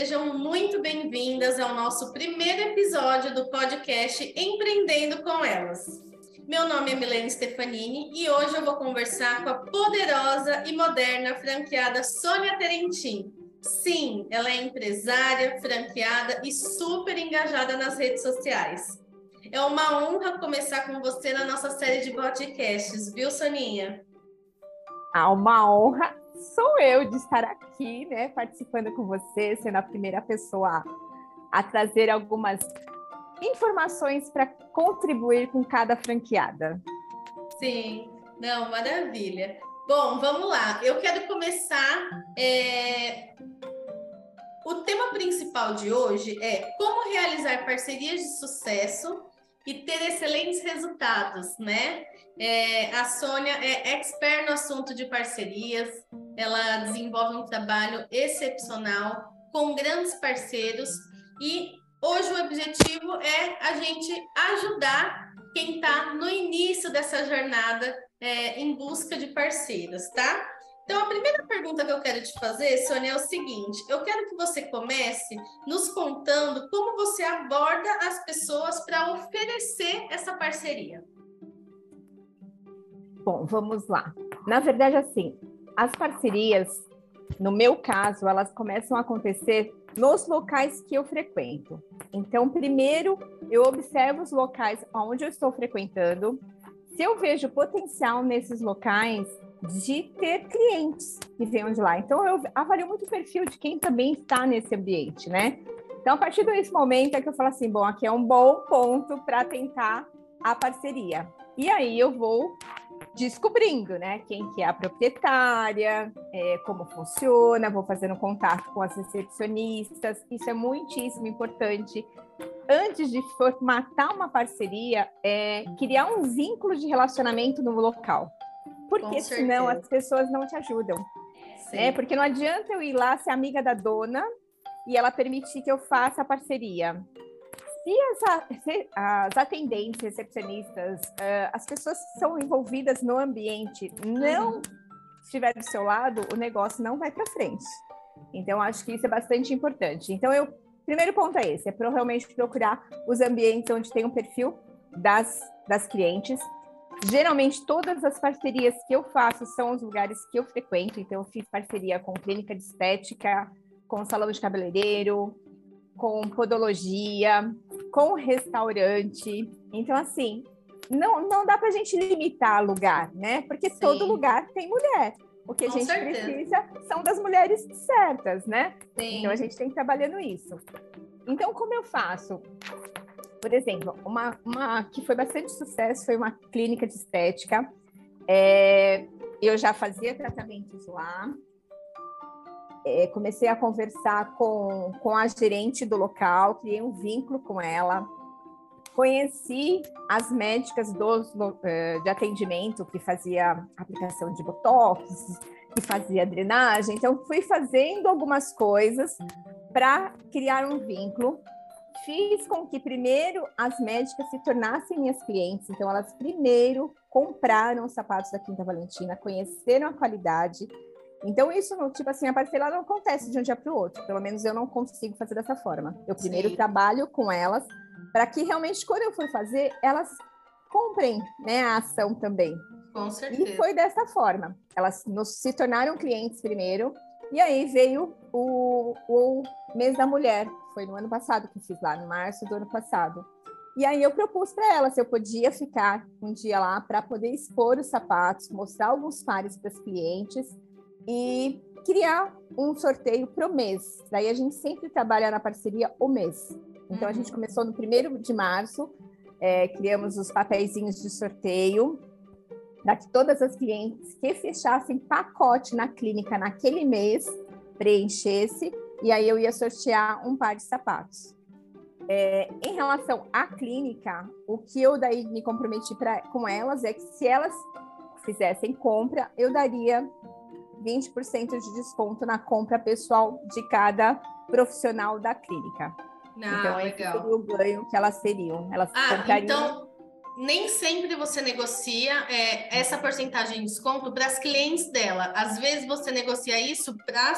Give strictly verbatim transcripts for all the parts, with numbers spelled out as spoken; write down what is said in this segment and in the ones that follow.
sejam muito bem-vindas ao nosso primeiro episódio do podcast Empreendendo com Elas. Meu nome é Milene Stefanini e hoje eu vou conversar com a poderosa e moderna franqueada Sônia Terentin. Sim, ela é empresária, franqueada e super engajada nas redes sociais. É uma honra começar com você na nossa série de podcasts, viu, Soninha? Ah, uma honra sou eu de estar aqui, né, participando com você, sendo a primeira pessoa a trazer algumas informações para contribuir com cada franqueada. Sim, não, maravilha. Bom, vamos lá. Eu quero começar. É... O tema principal de hoje é como realizar parcerias de sucesso e ter excelentes resultados, né? É, a Sônia é expert no assunto de parcerias, ela desenvolve um trabalho excepcional com grandes parceiros e hoje o objetivo é a gente ajudar quem está no início dessa jornada é, em busca de parceiros, tá? Então, a primeira pergunta que eu quero te fazer, Sônia, é o seguinte: eu quero que você comece nos contando como você aborda as pessoas para oferecer essa parceria. Bom, vamos lá. Na verdade, assim, as parcerias, no meu caso, elas começam a acontecer nos locais que eu frequento. Então, primeiro, eu observo os locais onde eu estou frequentando. Se eu vejo potencial nesses locais de ter clientes que venham de lá. Então, eu avalio muito o perfil de quem também está nesse ambiente, né? Então, a partir desse momento é que eu falo assim, bom, aqui é um bom ponto para tentar a parceria. E aí eu vou descobrindo, né, quem que é a proprietária, é, como funciona, vou fazendo contato com as recepcionistas, isso é muitíssimo importante. Antes de formatar uma parceria, é criar um vínculo de relacionamento no local, porque senão as pessoas não te ajudam. Né? Porque não adianta eu ir lá ser amiga da dona e ela permitir que eu faça a parceria. Se as, se as atendentes, recepcionistas, uh, as pessoas que são envolvidas no ambiente não uhum. estiver do seu lado, o negócio não vai para frente. Então, acho que isso é bastante importante. Então, eu primeiro ponto é esse, é para realmente procurar os ambientes onde tem um perfil das, das clientes. Geralmente, todas as parcerias que eu faço são os lugares que eu frequento. Então, eu fiz parceria com clínica de estética, com salão de cabeleireiro, com podologia, com restaurante. Então, assim, não, não dá para a gente limitar lugar, né? Porque Sim. todo lugar tem mulher. O que a com gente certeza. precisa são das mulheres certas, né? Sim. Então, a gente tem que ir trabalhando isso. Então, como eu faço? Por exemplo, uma, uma que foi bastante sucesso foi uma clínica de estética. É, eu já fazia tratamentos lá. É, comecei a conversar com, com a gerente do local, criei um vínculo com ela. Conheci as médicas dos, de atendimento que fazia aplicação de botox, que fazia drenagem. Então, fui fazendo algumas coisas para criar um vínculo. Fiz com que primeiro as médicas se tornassem minhas clientes. Então, elas primeiro compraram os sapatos da Quinta Valentina, conheceram a qualidade. Então, isso, tipo assim, a parceria não acontece de um dia para o outro. Pelo menos eu não consigo fazer dessa forma. Eu primeiro Sim. trabalho com elas para que realmente, quando eu for fazer, elas comprem, né, a ação também. Com certeza. E foi dessa forma. Elas nos, se tornaram clientes primeiro, e aí veio o, o mês da mulher. Foi no ano passado que eu fiz lá, no março do ano passado. E aí eu propus para elas se eu podia ficar um dia lá para poder expor os sapatos, mostrar alguns pares para as clientes e criar um sorteio para o mês. Daí a gente sempre trabalha na parceria o mês. Então, uhum. a gente começou no primeiro de março, é, criamos os papeizinhos de sorteio para que todas as clientes que fechassem pacote na clínica naquele mês preenchesse, e aí eu ia sortear um par de sapatos. É, em relação à clínica, o que eu daí me comprometi pra, com elas é que se elas fizessem compra, eu daria vinte por cento de desconto na compra pessoal de cada profissional da clínica. Ah, então, esse legal. seria o ganho que elas teriam. Elas ah, comprariam... então, nem sempre você negocia é, essa porcentagem de desconto para as clientes dela. Às vezes, você negocia isso para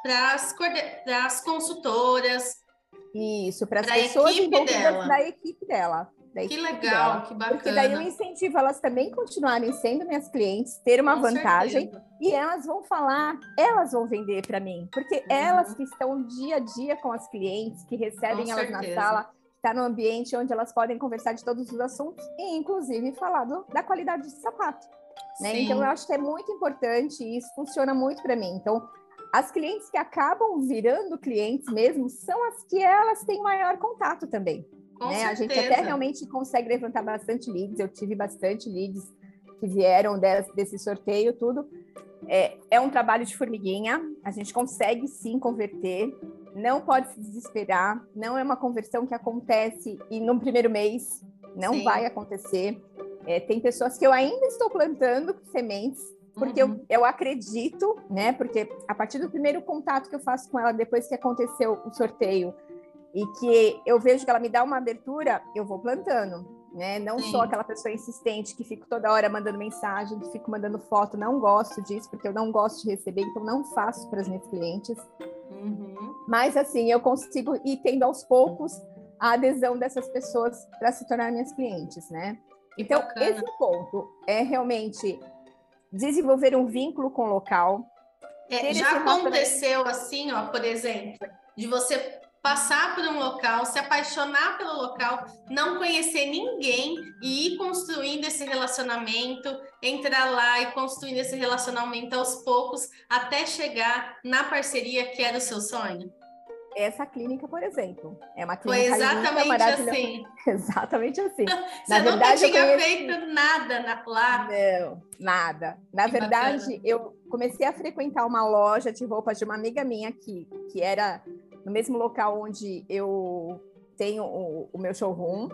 para as consultoras. Isso, para as pessoas envolvidas da equipe dela. Da que equipe legal, dela. que bacana. Porque daí eu incentivo elas também continuarem sendo minhas clientes, ter uma Com vantagem, certeza. e elas vão falar, elas vão vender para mim, porque uhum. elas que estão dia a dia com as clientes, que recebem com elas certeza. Na sala, está no ambiente onde elas podem conversar de todos os assuntos e, inclusive, falar do, da qualidade do sapato. Né? Então, eu acho que é muito importante e isso funciona muito para mim. Então, as clientes que acabam virando clientes mesmo são as que elas têm maior contato também. Né? A gente até realmente consegue levantar bastante leads. Eu tive bastante leads que vieram desse, desse sorteio, tudo. É, é um trabalho de formiguinha, a gente consegue sim converter, não pode se desesperar, não é uma conversão que acontece e no primeiro mês, não sim. vai acontecer. É, tem pessoas que eu ainda estou plantando sementes, porque uhum. eu, eu acredito, né? Porque a partir do primeiro contato que eu faço com ela, depois que aconteceu o sorteio, e que eu vejo que ela me dá uma abertura, eu vou plantando, né? Não Sim. sou aquela pessoa insistente que fico toda hora mandando mensagem, que fico mandando foto, não gosto disso, porque eu não gosto de receber, então não faço para as minhas clientes. Uhum. Mas, assim, eu consigo ir tendo aos poucos a adesão dessas pessoas para se tornar minhas clientes, né? Que então, bacana. Esse ponto é realmente desenvolver um vínculo com o local. É, já aconteceu assim, ó, por exemplo, de você passar por um local, se apaixonar pelo local, não conhecer ninguém e ir construindo esse relacionamento, entrar lá e construindo esse relacionamento aos poucos até chegar na parceria que era o seu sonho? Essa clínica, por exemplo, é uma Foi clínica exatamente assim. Exatamente assim. Você na verdade, nunca tinha conheci... feito nada na... lá? Não, nada. Na que verdade, bacana. Eu comecei a frequentar uma loja de roupas de uma amiga minha aqui, que era no mesmo local onde eu tenho o, o meu showroom.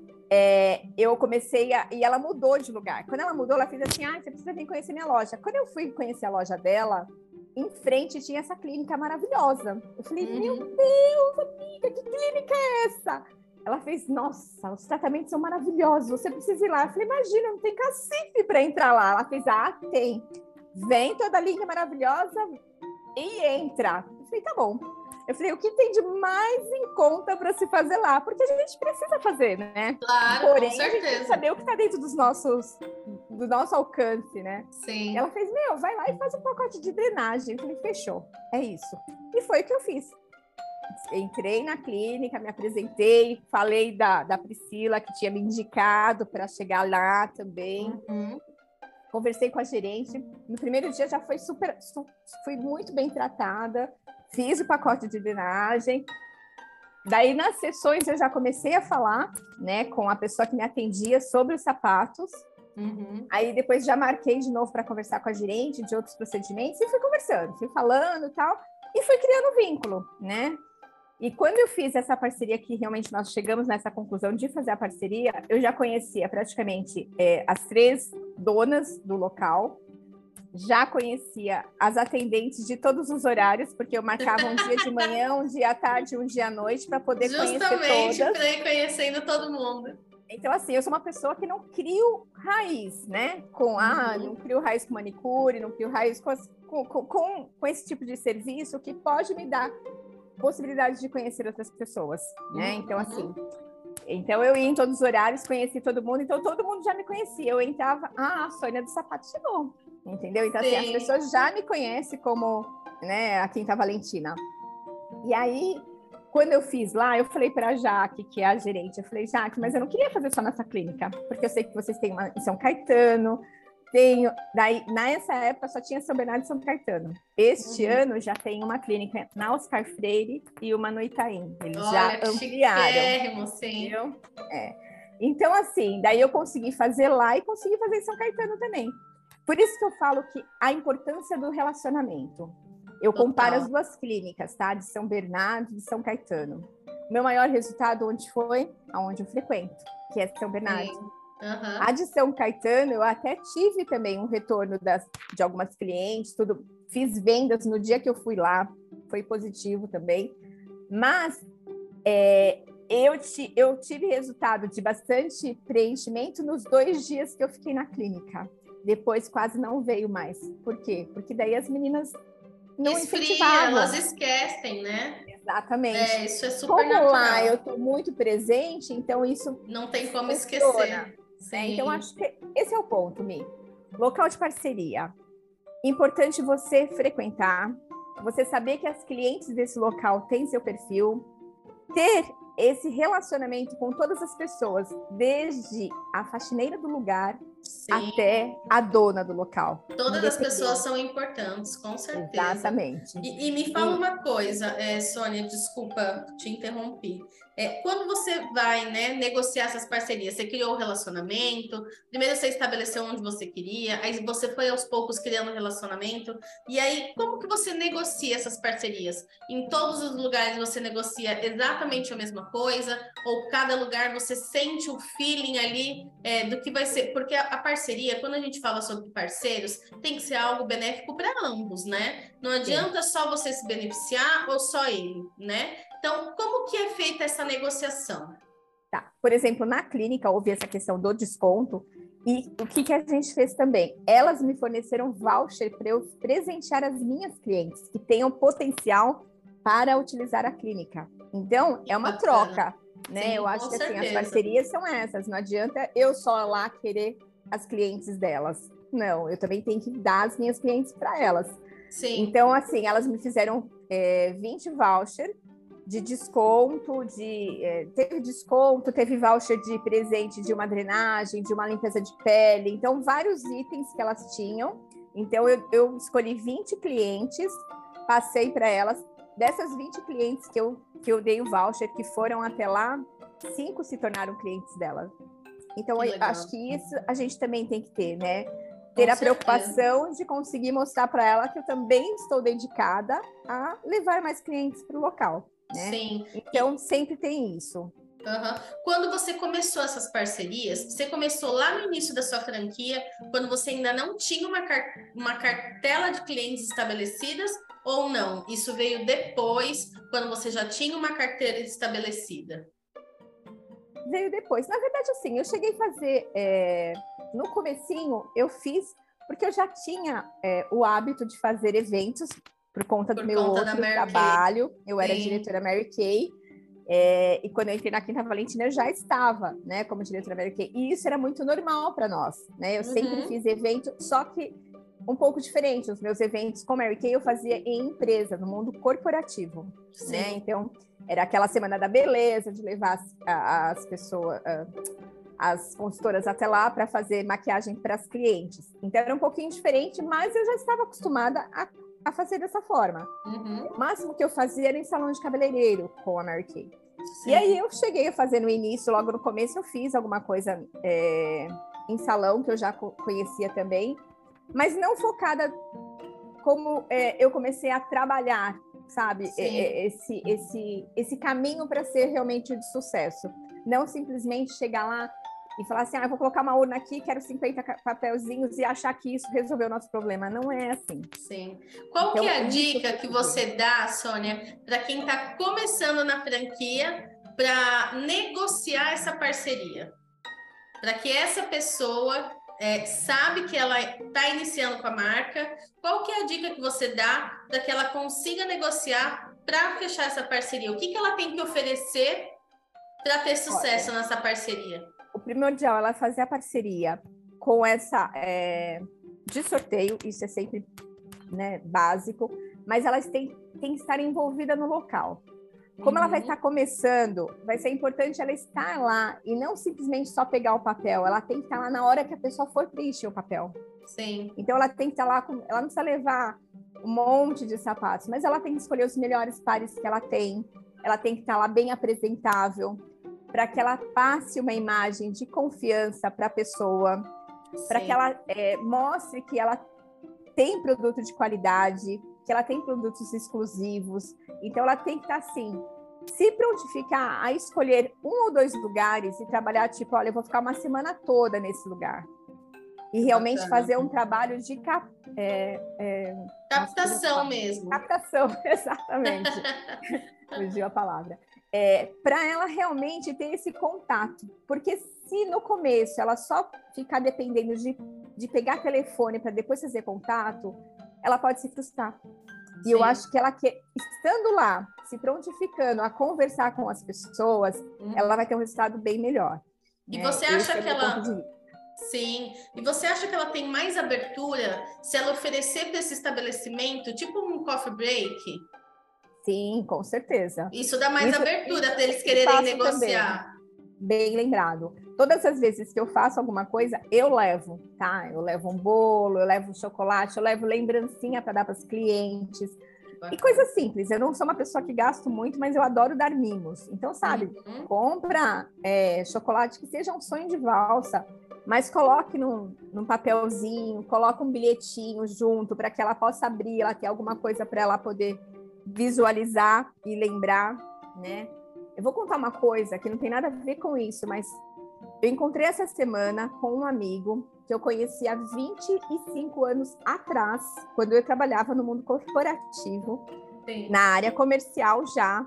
É, eu comecei a... E ela mudou de lugar. Quando ela mudou, ela fez assim, ah, você precisa vir conhecer minha loja. Quando eu fui conhecer a loja dela, em frente tinha essa clínica maravilhosa. Eu falei, uhum. meu Deus, amiga, que clínica é essa? Ela fez, nossa, os tratamentos são maravilhosos, você precisa ir lá. Eu falei, imagina, não tem cacife para entrar lá. Ela fez, ah, tem. Vem toda linda, maravilhosa e entra. Eu falei, tá bom. Eu falei, o que tem de mais em conta para se fazer lá? Porque a gente precisa fazer, né? Claro, porém, com certeza. A gente tem que saber o que está dentro dos nossos, do nosso alcance, né? Sim. Ela fez, meu, vai lá e faz um pacote de drenagem. Eu falei, fechou, é isso. E foi o que eu fiz. Entrei na clínica, me apresentei, falei da, da Priscila, que tinha me indicado para chegar lá também. Uhum. Conversei com a gerente. No primeiro dia já foi super, fui muito bem tratada. Fiz o pacote de drenagem. Daí, nas sessões, eu já comecei a falar, né, com a pessoa que me atendia sobre os sapatos. Uhum. Aí, depois, já marquei de novo para conversar com a gerente de outros procedimentos e fui conversando, fui falando e tal, e fui criando vínculo, né? E quando eu fiz essa parceria, que realmente nós chegamos nessa conclusão de fazer a parceria, eu já conhecia praticamente é, as três donas do local, já conhecia as atendentes de todos os horários, porque eu marcava um dia de manhã, um dia à tarde, um dia à noite, para poder Justamente conhecer todas. Justamente para ir conhecendo todo mundo. Então, assim, eu sou uma pessoa que não crio raiz, né? Com, uhum. ah, não crio raiz com manicure, não crio raiz com, com, com, com esse tipo de serviço que pode me dar possibilidade de conhecer outras pessoas, né? Uhum. Então, assim... Então, eu ia em todos os horários, conheci todo mundo, então todo mundo já me conhecia. Eu entrava, ah, a Sônia do Sapato chegou, entendeu? Então, assim, as pessoas já me conhecem como, né, a Quinta Valentina. E aí, quando eu fiz lá, eu falei para a Jaque, que é a gerente, eu falei, Jaque, mas eu não queria fazer só nessa clínica, porque eu sei que vocês têm uma em São Caetano, tenho, daí, nessa época só tinha São Bernardo e São Caetano. Este uhum. ano já tem uma clínica na Oscar Freire e uma no Itaim. Eles Olha, já ampliaram. Sim. É. Então, assim, daí eu consegui fazer lá e consegui fazer em São Caetano também. Por isso que eu falo que a importância do relacionamento. Eu Total. comparo as duas clínicas, tá? De São Bernardo e de São Caetano. O meu maior resultado onde foi? Aonde eu frequento, que é São Bernardo. Sim. Uhum. A de São Caetano, eu até tive também um retorno das, de algumas clientes, tudo. Fiz vendas no dia que eu fui lá, foi positivo também. Mas é, eu, ti, eu tive resultado de bastante preenchimento nos dois dias que eu fiquei na clínica. Depois quase não veio mais. Por quê? Porque daí as meninas não Esfria, incentivavam. elas esquecem, né? Exatamente. É, isso é super Como natural. lá eu estou muito presente, então isso não tem como funciona, esquecer. né? Então, acho que esse é o ponto, Mi. Local de parceria. Importante você frequentar, você saber que as clientes desse local têm seu perfil, ter esse relacionamento com todas as pessoas, desde a faxineira do lugar Sim. até a dona do local. Todas as pessoas são importantes, com certeza. Exatamente. E, e me fala e... uma coisa, é, Sônia, desculpa, te interrompi. É, quando você vai, né, negociar essas parcerias, você criou o relacionamento, primeiro você estabeleceu onde você queria, aí você foi aos poucos criando o relacionamento, e aí como que você negocia essas parcerias? Em todos os lugares você negocia exatamente a mesma coisa, ou cada lugar você sente o feeling ali é, do que vai ser? Porque a, a parceria, quando a gente fala sobre parceiros, tem que ser algo benéfico para ambos, né? Não adianta Sim. só você se beneficiar ou só ele, né? Então, como que é feita essa negociação? Tá. Por exemplo, na clínica houve essa questão do desconto e o que, que a gente fez também? Elas me forneceram voucher para eu presentear as minhas clientes que tenham potencial para utilizar a clínica. Então, que é uma bacana. Troca, né? Sim, eu acho que assim, as parcerias são essas. Não adianta eu só lá querer as clientes delas. Não, eu também tenho que dar as minhas clientes para elas. Sim. Então, assim, elas me fizeram é, vinte voucher de desconto, de, é, teve desconto, teve voucher de presente de uma drenagem, de uma limpeza de pele, então vários itens que elas tinham. Então eu, eu escolhi vinte clientes, passei para elas. Dessas vinte clientes que eu, que eu dei o voucher, que foram até lá, cinco se tornaram clientes dela. Então eu acho que isso a gente também tem que ter, né? Ter Com a certeza. preocupação de conseguir mostrar para ela que eu também estou dedicada a levar mais clientes para o local. Né? Sim. Então, sempre tem isso. Uhum. Quando você começou essas parcerias, você começou lá no início da sua franquia, quando você ainda não tinha uma, car- uma cartela de clientes estabelecidas ou não? Isso veio depois, quando você já tinha uma carteira estabelecida? Veio depois. Na verdade, assim, eu cheguei a fazer... É... No comecinho, eu fiz... Porque eu já tinha é, o hábito de fazer eventos por conta por do meu outro trabalho. Kay. Eu era Sim. diretora Mary Kay. É, e quando eu entrei na Quinta Valentina, eu já estava, né, como diretora Mary Kay. E isso era muito normal para nós, né? Eu uhum. sempre fiz evento, só que um pouco diferente. Os meus eventos com Mary Kay eu fazia em empresa, no mundo corporativo, Sim. né? Então, era aquela semana da beleza, de levar as, as pessoas... as consultoras até lá para fazer maquiagem para as clientes. Então, era um pouquinho diferente, mas eu já estava acostumada a, a fazer dessa forma. Uhum. O máximo que eu fazia era em salão de cabeleireiro com a Mary Kay. Sim. E aí, eu cheguei a fazer no início, logo no começo, eu fiz alguma coisa é, em salão, que eu já conhecia também, mas não focada como é, eu comecei a trabalhar, sabe? É, esse, esse, esse caminho para ser realmente de sucesso. Não simplesmente chegar lá e falar assim, ah, eu vou colocar uma urna aqui, quero cinquenta papelzinhos e achar que isso resolveu o nosso problema. Não é assim. Sim. Qual então, que é a dica que você dá, Sônia, para quem está começando na franquia para negociar essa parceria? Para que essa pessoa é, sabe que ela está iniciando com a marca, qual que é a dica que você dá para que ela consiga negociar para fechar essa parceria? O que, que ela tem que oferecer para ter sucesso Olha, nessa parceria? O primordial é ela fazer a parceria com essa é, de sorteio, isso é sempre né, básico, mas elas têm, têm que estar envolvida no local. Como uhum. ela vai estar começando, vai ser importante ela estar lá e não simplesmente só pegar o papel, ela tem que estar lá na hora que a pessoa for preencher o papel. Sim. Então ela tem que estar lá, com, ela não precisa levar um monte de sapatos, mas ela tem que escolher os melhores pares que ela tem, ela tem que estar lá bem apresentável, para que ela passe uma imagem de confiança para a pessoa, para que ela é, mostre que ela tem produto de qualidade, que ela tem produtos exclusivos. Então, ela tem que estar assim, se prontificar a escolher um ou dois lugares e trabalhar, tipo, olha, eu vou ficar uma semana toda nesse lugar. E realmente Bacana. fazer um trabalho de cap, é, é, captação mesmo. Captação, exatamente. Fugiu a palavra. É, para ela realmente ter esse contato. Porque se no começo ela só ficar dependendo de, de pegar telefone para depois fazer contato, ela pode se frustrar. E eu acho que ela, que, estando lá, se prontificando a conversar com as pessoas, uhum. ela vai ter um resultado bem melhor. E né? você acha Esse que é ela... Sim. E você acha que ela tem mais abertura se ela oferecer para esse estabelecimento, tipo um coffee break? Sim, com certeza. Isso dá mais isso, abertura para eles quererem negociar. Também. Bem lembrado. Todas as vezes que eu faço alguma coisa, eu levo, tá? Eu levo um bolo, eu levo um chocolate, eu levo lembrancinha para dar para os clientes. E coisa simples. Eu não sou uma pessoa que gasto muito, mas eu adoro dar mimos. Então, sabe, uhum. compra é, chocolate que seja um sonho de valsa, mas coloque num, num papelzinho, coloque um bilhetinho junto para que ela possa abrir, ela ter alguma coisa para ela poder visualizar e lembrar, né? Eu vou contar uma coisa que não tem nada a ver com isso, mas eu encontrei essa semana com um amigo que eu conheci há vinte e cinco anos atrás, quando eu trabalhava no mundo corporativo, Sim. na área comercial já,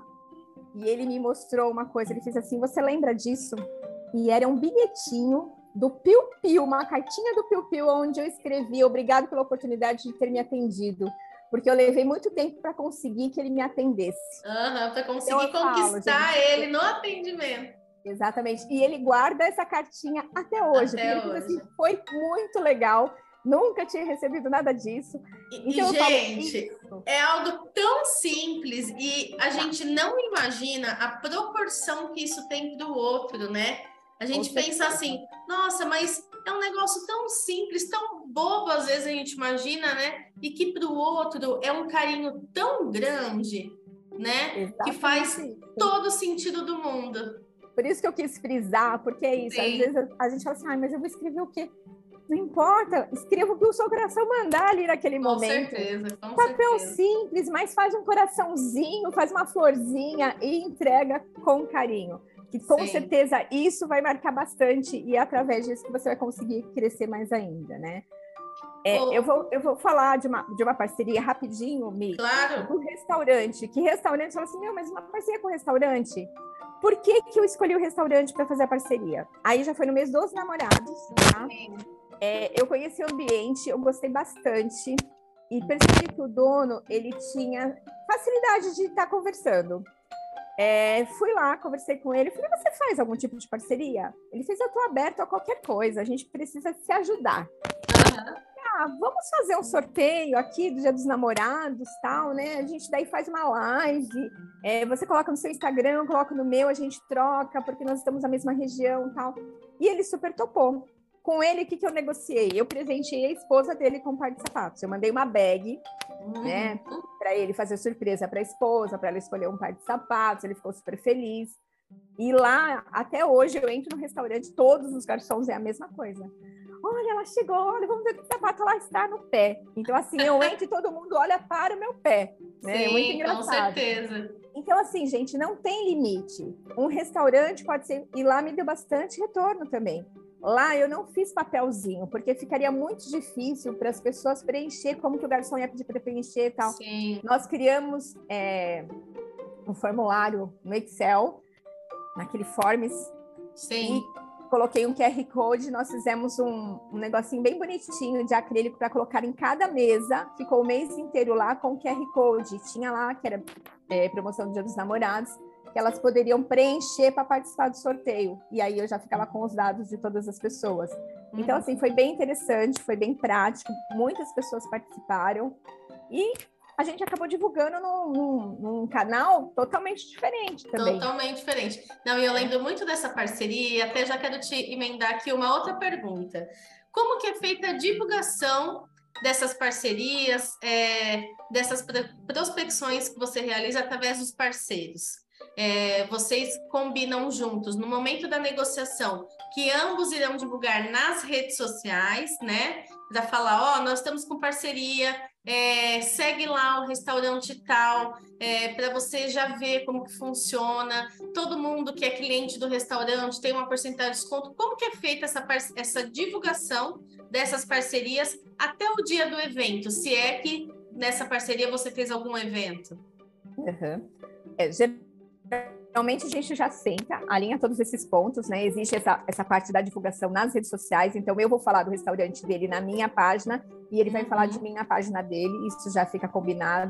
e ele me mostrou uma coisa, ele fez assim, você lembra disso? E era um bilhetinho do Piu Piu, uma cartinha do Piu Piu, onde eu escrevi, obrigado pela oportunidade de ter me atendido, porque eu levei muito tempo para conseguir que ele me atendesse. Uhum, para conseguir então, conquistar falo, ele no atendimento. Exatamente. E ele guarda essa cartinha até hoje. Até porque hoje. Ele, assim, foi muito legal. Nunca tinha recebido nada disso. E, então, e gente, falo, é algo tão simples e a gente não imagina a proporção que isso tem para o outro, né? A gente Com pensa certeza. assim, nossa, mas é um negócio tão simples, tão bobo, às vezes a gente imagina, né? E que para o outro é um carinho tão grande, né? Exatamente. Que faz todo o sentido do mundo. Por isso que eu quis frisar, porque é isso. Sim. Às vezes a gente fala assim, ah, mas eu vou escrever o quê? Não importa, escreva o que o seu coração mandar ali naquele com momento. Certeza, com Papel certeza. simples, mas faz um coraçãozinho, faz uma florzinha e entrega com carinho. Que com Sim. certeza isso vai marcar bastante e é através disso que você vai conseguir crescer mais ainda, né? É, oh. eu, vou, eu vou falar de uma, de uma parceria rapidinho, Mi. Claro. Do restaurante. Que restaurante, fala assim, meu, mas uma parceria com restaurante? Por que que eu escolhi o restaurante para fazer a parceria? Aí já foi no mês dos namorados, tá? É, eu conheci o ambiente, eu gostei bastante e percebi que o dono, ele tinha facilidade de estar conversando. É, fui lá, conversei com ele, falei, você faz algum tipo de parceria? Ele fez, eu estou aberto a qualquer coisa, a gente precisa se ajudar. Uhum. Ah, vamos fazer um sorteio aqui do Dia dos Namorados, tal, né? A gente daí faz uma live, é, você coloca no seu Instagram, eu coloco no meu, a gente troca, porque nós estamos na mesma região, tal. E ele super topou. Com ele, o que, que eu negociei? Eu presenteei a esposa dele com um par de sapatos. Eu mandei uma bag, uhum. né? Para ele fazer surpresa para a esposa, para ela escolher um par de sapatos. Ele ficou super feliz. E lá, até hoje, eu entro no restaurante, todos os garçons é a mesma coisa. Olha, ela chegou, olha, vamos ver que sapato ela está no pé. Então, assim, eu entro e todo mundo olha para o meu pé. Né? Sim, é muito engraçado. Com certeza. Então, assim, gente, não tem limite. Um restaurante pode ser... E lá me deu bastante retorno também. Lá eu não fiz papelzinho, porque ficaria muito difícil para as pessoas preencher, como que o garçom ia pedir para preencher e tal. Sim. Nós criamos é, um formulário no Excel, naquele Forms. Sim. E coloquei um Q R Code, nós fizemos um, um negocinho bem bonitinho de acrílico para colocar em cada mesa. Ficou o mês inteiro lá com o Q R Code. Tinha lá, que era é, promoção do Dia dos Namorados, que elas poderiam preencher para participar do sorteio. E aí eu já ficava com os dados de todas as pessoas. Uhum. Então, assim, foi bem interessante, foi bem prático. Muitas pessoas participaram. E a gente acabou divulgando num, num, num canal totalmente diferente também. Totalmente diferente. Não, e eu lembro muito dessa parceria, e até já quero te emendar aqui uma outra pergunta. Como que é feita a divulgação dessas parcerias, é, dessas prospecções que você realiza através dos parceiros? É, vocês combinam juntos no momento da negociação que ambos irão divulgar nas redes sociais, né? Para falar, ó, oh, nós estamos com parceria, é, segue lá o restaurante tal, é, para você já ver como que funciona. Todo mundo que é cliente do restaurante tem uma porcentagem de desconto. Como que é feita essa, essa divulgação dessas parcerias até o dia do evento? Se é que nessa parceria você fez algum evento? Uhum. É, Geralmente a gente já senta, alinha todos esses pontos, né? Existe essa, essa parte da divulgação nas redes sociais, então eu vou falar do restaurante dele na minha página e ele vai uhum. falar de mim na página dele, isso já fica combinado.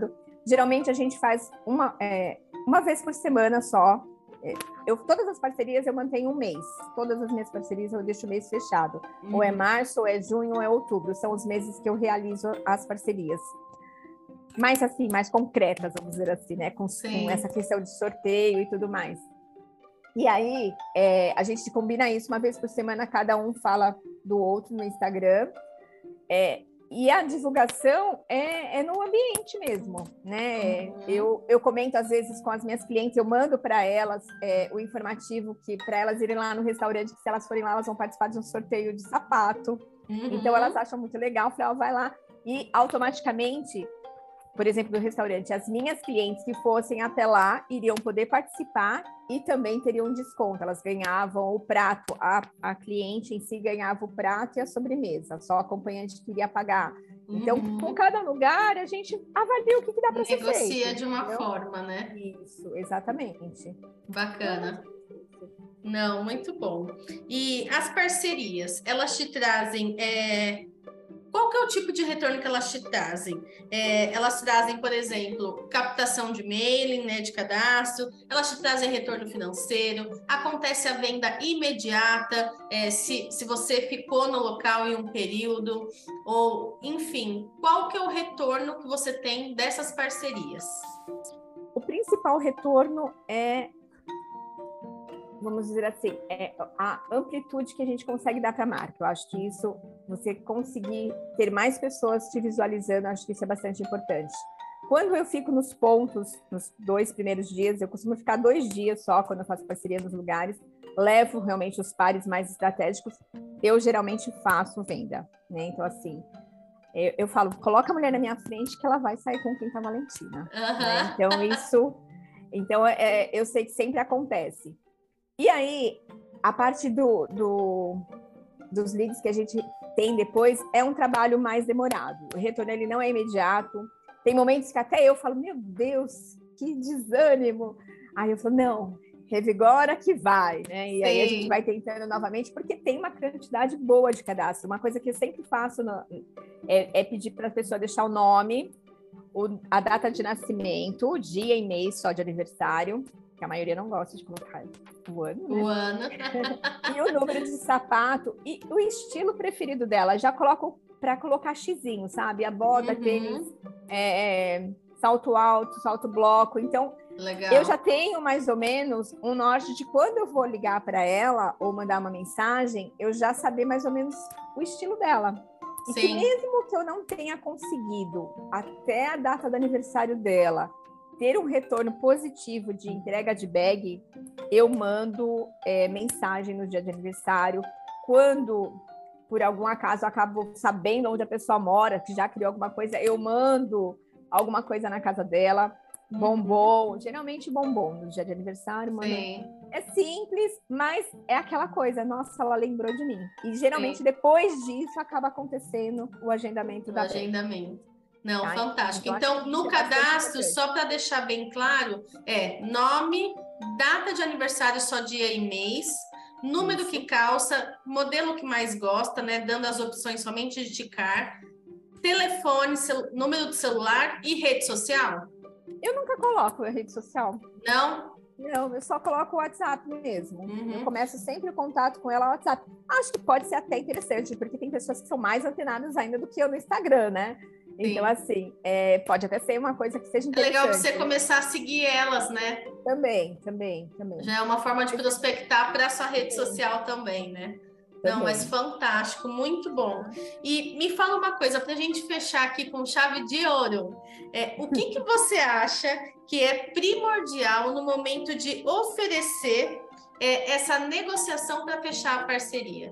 Geralmente a gente faz uma, é, uma vez por semana só. Eu, todas as parcerias eu mantenho um mês. Todas as minhas parcerias eu deixo o mês fechado. Uhum. Ou é março, ou é junho, ou é outubro. São os meses que eu realizo as parcerias. Mais assim, mais concretas, vamos dizer assim, né? Com, com essa questão de sorteio e tudo mais. E aí, é, a gente combina isso uma vez por semana, cada um fala do outro no Instagram. É, e a divulgação é, é no ambiente mesmo, né? Uhum. Eu, eu comento às vezes com as minhas clientes, eu mando para elas é, o informativo que para elas irem lá no restaurante, que se elas forem lá, elas vão participar de um sorteio de sapato. Uhum. Então elas acham muito legal, eu falei, ó, vai lá. E automaticamente, por exemplo, do restaurante, as minhas clientes que fossem até lá iriam poder participar e também teriam um desconto. Elas ganhavam o prato, a, a cliente em si ganhava o prato e a sobremesa, só o acompanhante queria pagar. Então, uhum. com cada lugar, a gente avalia o que, que dá para ser feito. Negocia de uma entendeu? Forma, né? Isso, exatamente. Bacana. Não, muito bom. E as parcerias, elas te trazem... É... Qual que é o tipo de retorno que elas te trazem? É, elas trazem, por exemplo, captação de mailing, né, de cadastro, elas te trazem retorno financeiro, acontece a venda imediata, é, se, se você ficou no local em um período, ou, enfim, qual que é o retorno que você tem dessas parcerias? O principal retorno é, vamos dizer assim, é a amplitude que a gente consegue dar para a marca. Eu acho que isso, você conseguir ter mais pessoas te visualizando, acho que isso é bastante importante. Quando eu fico nos pontos, nos dois primeiros dias, eu costumo ficar dois dias só quando eu faço parceria nos lugares, levo realmente os pares mais estratégicos, eu geralmente faço venda, né? Então, assim, eu, eu falo, coloca a mulher na minha frente que ela vai sair com Quinta Valentina. Uhum. Né? Então, isso... Então, é, eu sei que sempre acontece. E aí, a parte do, do, dos leads que a gente tem depois é um trabalho mais demorado. O retorno ele não é imediato. Tem momentos que até eu falo, meu Deus, que desânimo. Aí eu falo, não, revigora que vai, né? E Sim. aí a gente vai tentando novamente, porque tem uma quantidade boa de cadastro. Uma coisa que eu sempre faço no, é, é pedir para a pessoa deixar o nome, o, a data de nascimento, o dia e mês só de aniversário, que a maioria não gosta de colocar o ano, né? O ano. E o número de sapato e o estilo preferido dela. Já coloco para colocar xizinho, sabe? A bota, uhum. tênis, é, é, salto alto, salto bloco. Então, Legal. Eu já tenho mais ou menos um norte de quando eu vou ligar para ela ou mandar uma mensagem, eu já saber mais ou menos o estilo dela. E Sim. que mesmo que eu não tenha conseguido até a data do aniversário dela ter um retorno positivo de entrega de bag, eu mando é, mensagem no dia de aniversário. Quando, por algum acaso, eu acabo sabendo onde a pessoa mora, que já criou alguma coisa, eu mando alguma coisa na casa dela. Bombom, uhum. geralmente bombom no dia de aniversário, mano. Sim. É simples, mas é aquela coisa, nossa, ela lembrou de mim. E geralmente Sim. depois disso acaba acontecendo o agendamento o da agendamento. Bem. Não, tá? Fantástico. Então, então no cadastro, só para deixar bem claro, é nome, data de aniversário, só dia e mês, número Isso. que calça, modelo que mais gosta, né? Dando as opções somente de ticar, telefone, cel... número de celular e rede social? Eu nunca coloco a rede social. Não? Não, eu só coloco o WhatsApp mesmo. Uhum. Eu começo sempre o contato com ela no WhatsApp. Acho que pode ser até interessante, porque tem pessoas que são mais antenadas ainda do que eu no Instagram, né? Então, Sim. assim, é, pode até ser uma coisa que seja interessante. É legal você começar a seguir elas, né? Também, também, também. Já é uma forma de prospectar para a sua rede também. social também, né? Não, também. Mas fantástico, muito bom. E me fala uma coisa, para a gente fechar aqui com chave de ouro. É, o que, que você acha que é primordial no momento de oferecer é, essa negociação para fechar a parceria?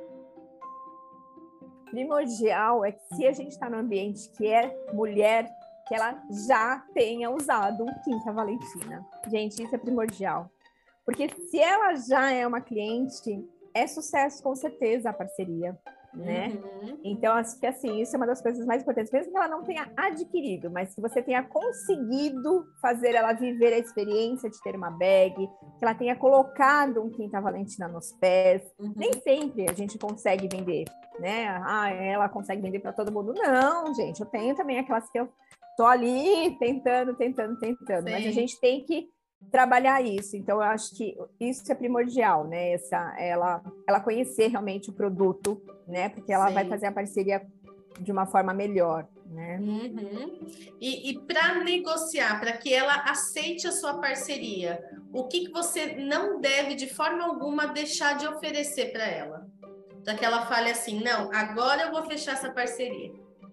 Primordial é que se a gente está num ambiente que é mulher, que ela já tenha usado um Quinta Valentina. Gente, isso é primordial. Porque se ela já é uma cliente, é sucesso com certeza a parceria. né? Uhum. Então, acho que assim, isso é uma das coisas mais importantes, mesmo que ela não tenha adquirido, mas que você tenha conseguido fazer ela viver a experiência de ter uma bag, que ela tenha colocado um Quinta Valentina nos pés. Uhum. Nem sempre a gente consegue vender, né? Ah, ela consegue vender para todo mundo. Não, gente, eu tenho também aquelas que eu tô ali tentando, tentando, tentando, Sim. mas a gente tem que trabalhar isso. Então, eu acho que isso é primordial, né? Essa, ela, ela conhecer realmente o produto, né? Porque ela Sim. vai fazer a parceria de uma forma melhor, né? Uhum. E, e para negociar, para que ela aceite a sua parceria, o que, que você não deve de forma alguma deixar de oferecer para ela? Para que ela fale assim, não, agora eu vou fechar essa parceria.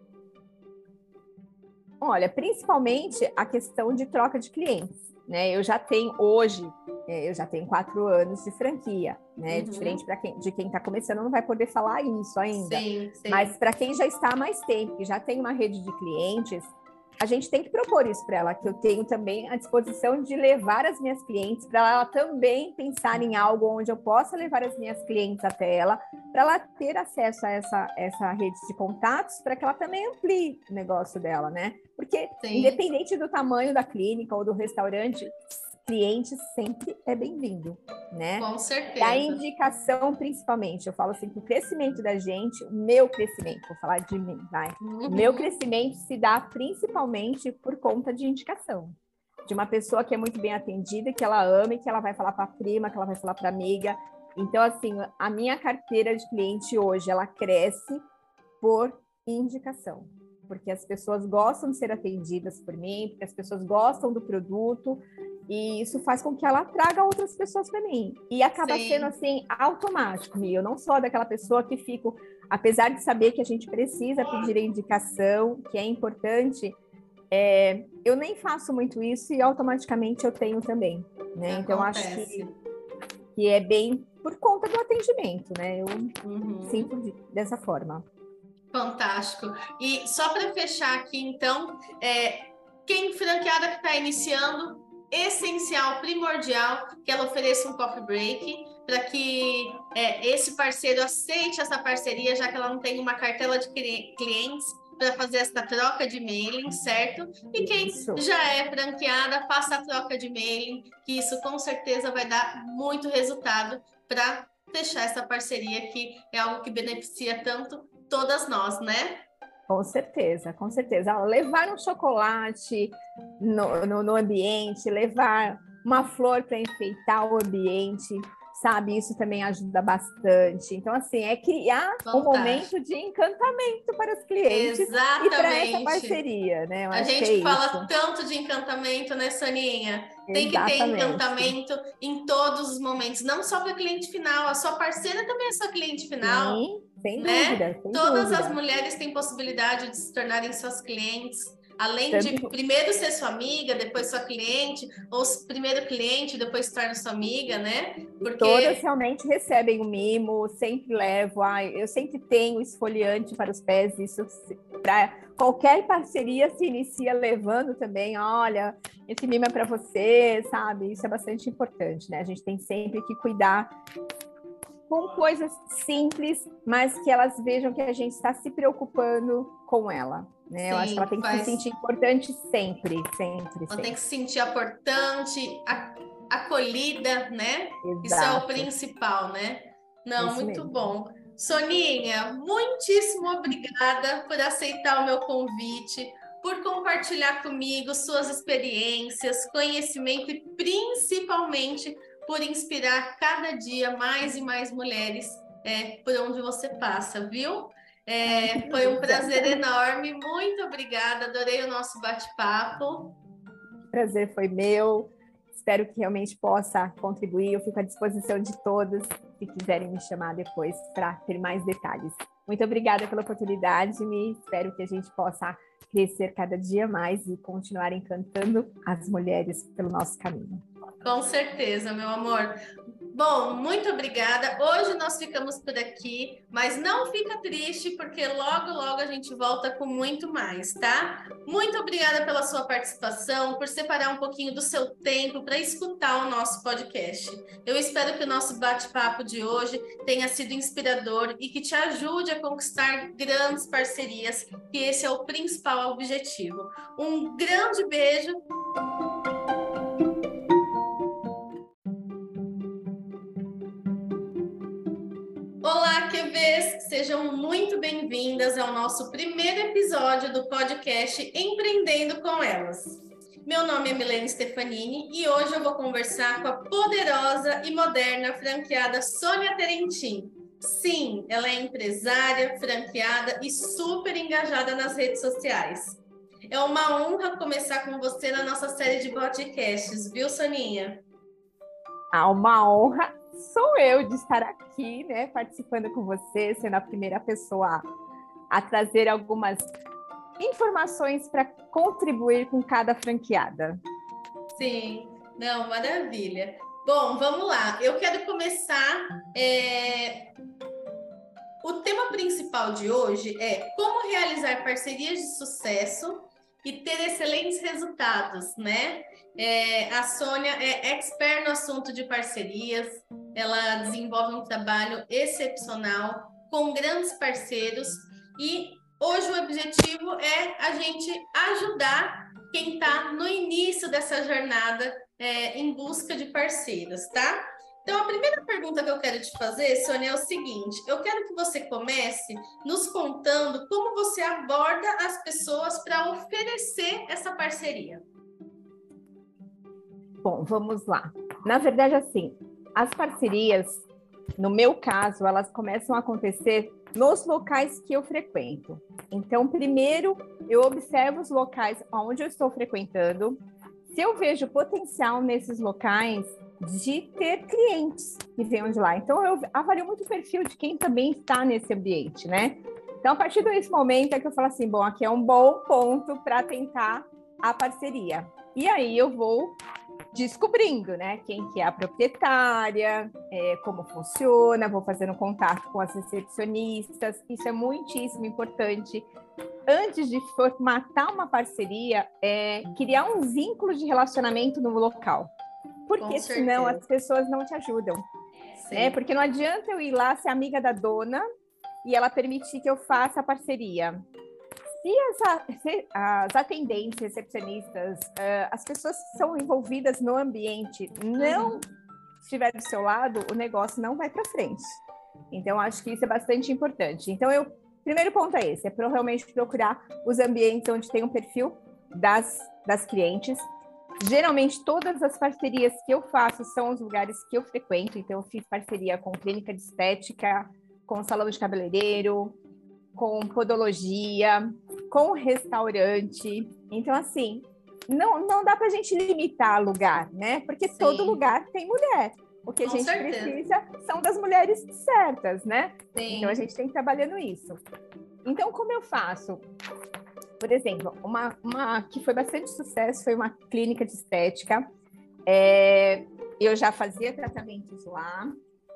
Olha, principalmente a questão de troca de clientes, né? Eu já tenho hoje, eu já tenho quatro anos de franquia, né? Uhum. Diferente para quem, de quem está começando, não vai poder falar isso ainda. Sim, sim. Mas para quem já está há mais tempo, que já tem uma rede de clientes, a gente tem que propor isso para ela, que eu tenho também a disposição de levar as minhas clientes, para ela também pensar em algo onde eu possa levar as minhas clientes até ela, para ela ter acesso a essa, essa rede de contatos, para que ela também amplie o negócio dela, né? Porque, Sim. independente do tamanho da clínica ou do restaurante, cliente sempre é bem-vindo, né? Com certeza. E a indicação, principalmente, eu falo assim, que o crescimento da gente, o meu crescimento, vou falar de mim, vai. Uhum. O meu crescimento se dá principalmente por conta de indicação. De uma pessoa que é muito bem atendida, que ela ama e que ela vai falar para a prima, que ela vai falar para a amiga. Então, assim, a minha carteira de cliente hoje, ela cresce por indicação. Porque as pessoas gostam de ser atendidas por mim, porque as pessoas gostam do produto, e isso faz com que ela traga outras pessoas para mim. E acaba Sim. sendo assim, automático. E eu não sou daquela pessoa que fico, apesar de saber que a gente precisa pedir a indicação, que é importante, é, eu nem faço muito isso e automaticamente eu tenho também. Né? Então, acho que, que é bem por conta do atendimento, né? Eu uhum. sinto dessa forma. Fantástico. E só para fechar aqui, então, é, quem franqueada que está iniciando, essencial, primordial, que ela ofereça um coffee break para que é, esse parceiro aceite essa parceria, já que ela não tem uma cartela de clientes para fazer essa troca de mailing, certo? E quem isso. já é franqueada, faça a troca de mailing, que isso com certeza vai dar muito resultado para fechar essa parceria, que é algo que beneficia tanto todas nós, né? Com certeza, com certeza. Levar um chocolate no, no, no ambiente, levar uma flor para enfeitar o ambiente, sabe? Isso também ajuda bastante. Então, assim, é criar Fantástico. um momento de encantamento para os clientes. Exatamente. E para essa parceria, né? Eu a acho gente que é fala isso. tanto de encantamento, né, Soninha? Tem Exatamente. que ter encantamento em todos os momentos, não só para o cliente final, a sua parceira também é sua cliente final. Sim, sem né? dúvida. Sem Todas dúvida. as mulheres têm possibilidade de se tornarem suas clientes. Além Tanto... de primeiro ser sua amiga, depois sua cliente, ou primeiro cliente, depois se torna sua amiga, né? Porque todas realmente recebem o mimo, sempre levo, ah, eu sempre tenho esfoliante para os pés, isso para qualquer parceria se inicia levando também, olha, esse mimo é para você, sabe? Isso é bastante importante, né? A gente tem sempre que cuidar com coisas simples, mas que elas vejam que a gente está se preocupando com ela. Né? Sim, eu acho que ela tem que faz... se sentir importante sempre, sempre. Ela sempre. tem que se sentir importante, acolhida, né? Exato. Isso é o principal, né? Não, Isso muito mesmo. bom. Soninha, muitíssimo obrigada por aceitar o meu convite, por compartilhar comigo suas experiências, conhecimento e principalmente por inspirar cada dia mais e mais mulheres é, por onde você passa, viu? É, foi um prazer enorme, muito obrigada, adorei o nosso bate-papo. O prazer foi meu, espero que realmente possa contribuir, eu fico à disposição de todos, se quiserem me chamar depois para ter mais detalhes. Muito obrigada pela oportunidade, e espero que a gente possa crescer cada dia mais e continuar encantando as mulheres pelo nosso caminho. Com certeza, meu amor. Bom, muito obrigada. Hoje nós ficamos por aqui, mas não fica triste, porque logo, logo a gente volta com muito mais, tá? Muito obrigada pela sua participação, por separar um pouquinho do seu tempo para escutar o nosso podcast. Eu espero que o nosso bate-papo de hoje tenha sido inspirador e que te ajude a conquistar grandes parcerias, que esse é o principal objetivo. Um grande beijo. Olá, Q Vs! Sejam muito bem-vindas ao nosso primeiro episódio do podcast Empreendendo com Elas. Meu nome é Milene Stefanini e hoje eu vou conversar com a poderosa e moderna franqueada Sônia Terentin. Sim, ela é empresária, franqueada e super engajada nas redes sociais. É uma honra começar com você na nossa série de podcasts, viu, Soninha? Ah, uma honra sou eu de estar aqui, né, participando com você, sendo a primeira pessoa a trazer algumas informações para contribuir com cada franqueada. Sim, não, maravilha. Bom, vamos lá. Eu quero começar. É... O tema principal de hoje é como realizar parcerias de sucesso e ter excelentes resultados, né? É, a Sônia é expert no assunto de parcerias, ela desenvolve um trabalho excepcional com grandes parceiros e hoje o objetivo é a gente ajudar quem está no início dessa jornada é, em busca de parceiros, tá? Então, a primeira pergunta que eu quero te fazer, Sônia, é o seguinte: eu quero que você comece nos contando como você aborda as pessoas para oferecer essa parceria. Bom, vamos lá. Na verdade, assim, as parcerias, no meu caso, elas começam a acontecer nos locais que eu frequento. Então, primeiro, eu observo os locais onde eu estou frequentando. Se eu vejo potencial nesses locais de ter clientes que venham de lá. Então, eu avalio muito o perfil de quem também está nesse ambiente, né? Então, a partir desse momento é que eu falo assim, bom, aqui é um bom ponto para tentar a parceria. E aí eu vou descobrindo, né, quem que é a proprietária, é, como funciona, vou fazendo contato com as recepcionistas, isso é muitíssimo importante. Antes de formatar uma parceria, é criar um vínculo de relacionamento no local, porque senão as pessoas não te ajudam, né? Porque não adianta eu ir lá ser amiga da dona e ela permitir que eu faça a parceria. Se as, se as atendentes, recepcionistas, uh, as pessoas que são envolvidas no ambiente não uhum. estiver do seu lado, o negócio não vai para frente. Então, acho que isso é bastante importante. Então, eu, primeiro ponto é esse, é para realmente procurar os ambientes onde tem um perfil das, das clientes. Geralmente, todas as parcerias que eu faço são os lugares que eu frequento. Então, eu fiz parceria com clínica de estética, com salão de cabeleireiro, com podologia, com restaurante. Então, assim, não, não dá para a gente limitar lugar, né? Porque Sim. todo lugar tem mulher. O que a Com gente certeza. precisa são das mulheres certas, né? Sim. Então, a gente tem que ir trabalhando isso. Então, como eu faço? Por exemplo, uma, uma que foi bastante sucesso foi uma clínica de estética. É, eu já fazia tratamentos lá.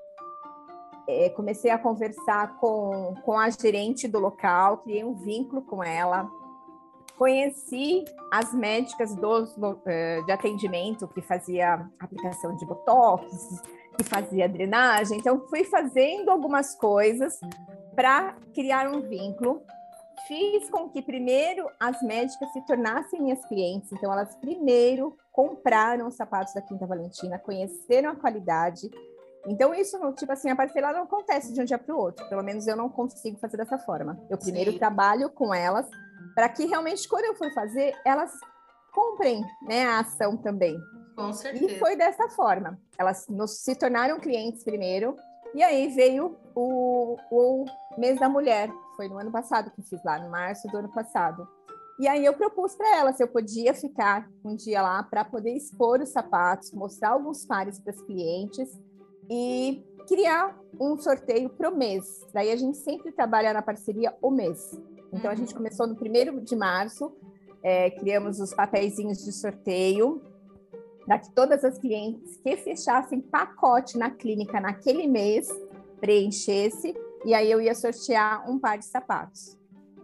É, comecei a conversar com, com a gerente do local, criei um vínculo com ela, conheci as médicas dos, de atendimento que fazia aplicação de botox, que fazia drenagem, então fui fazendo algumas coisas para criar um vínculo. Fiz com que primeiro as médicas se tornassem minhas clientes, então elas primeiro compraram os sapatos da Quinta Valentina, conheceram a qualidade. Então, isso, tipo assim, a parceria não acontece de um dia para o outro. Pelo menos eu não consigo fazer dessa forma. Eu primeiro Sim. trabalho com elas para que realmente, quando eu for fazer, elas comprem, né, a ação também. Com certeza. E foi dessa forma. Elas nos, se tornaram clientes primeiro. E aí veio o, o mês da mulher. Foi no ano passado que eu fiz lá, no março do ano passado. E aí eu propus para elas se eu podia ficar um dia lá para poder expor os sapatos, mostrar alguns pares para os clientes e criar um sorteio para o mês. Daí a gente sempre trabalha na parceria o mês. Então, uhum. a gente começou no primeiro de março, é, criamos os papeizinhos de sorteio, para que todas as clientes que fechassem pacote na clínica naquele mês preenchesse, e aí eu ia sortear um par de sapatos.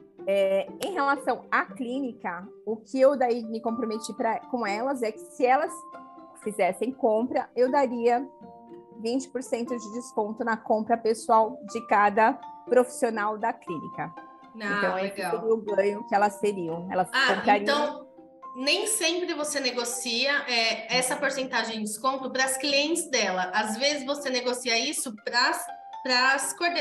É, em relação à clínica, o que eu daí me comprometi pra, com elas é que se elas fizessem compra, eu daria vinte por cento de desconto na compra pessoal de cada profissional da clínica. Ah, então, esse legal. seria o ganho que elas teriam. Elas ah, comprariam... então nem sempre você negocia é, essa porcentagem de desconto para as clientes dela. Às vezes você negocia isso para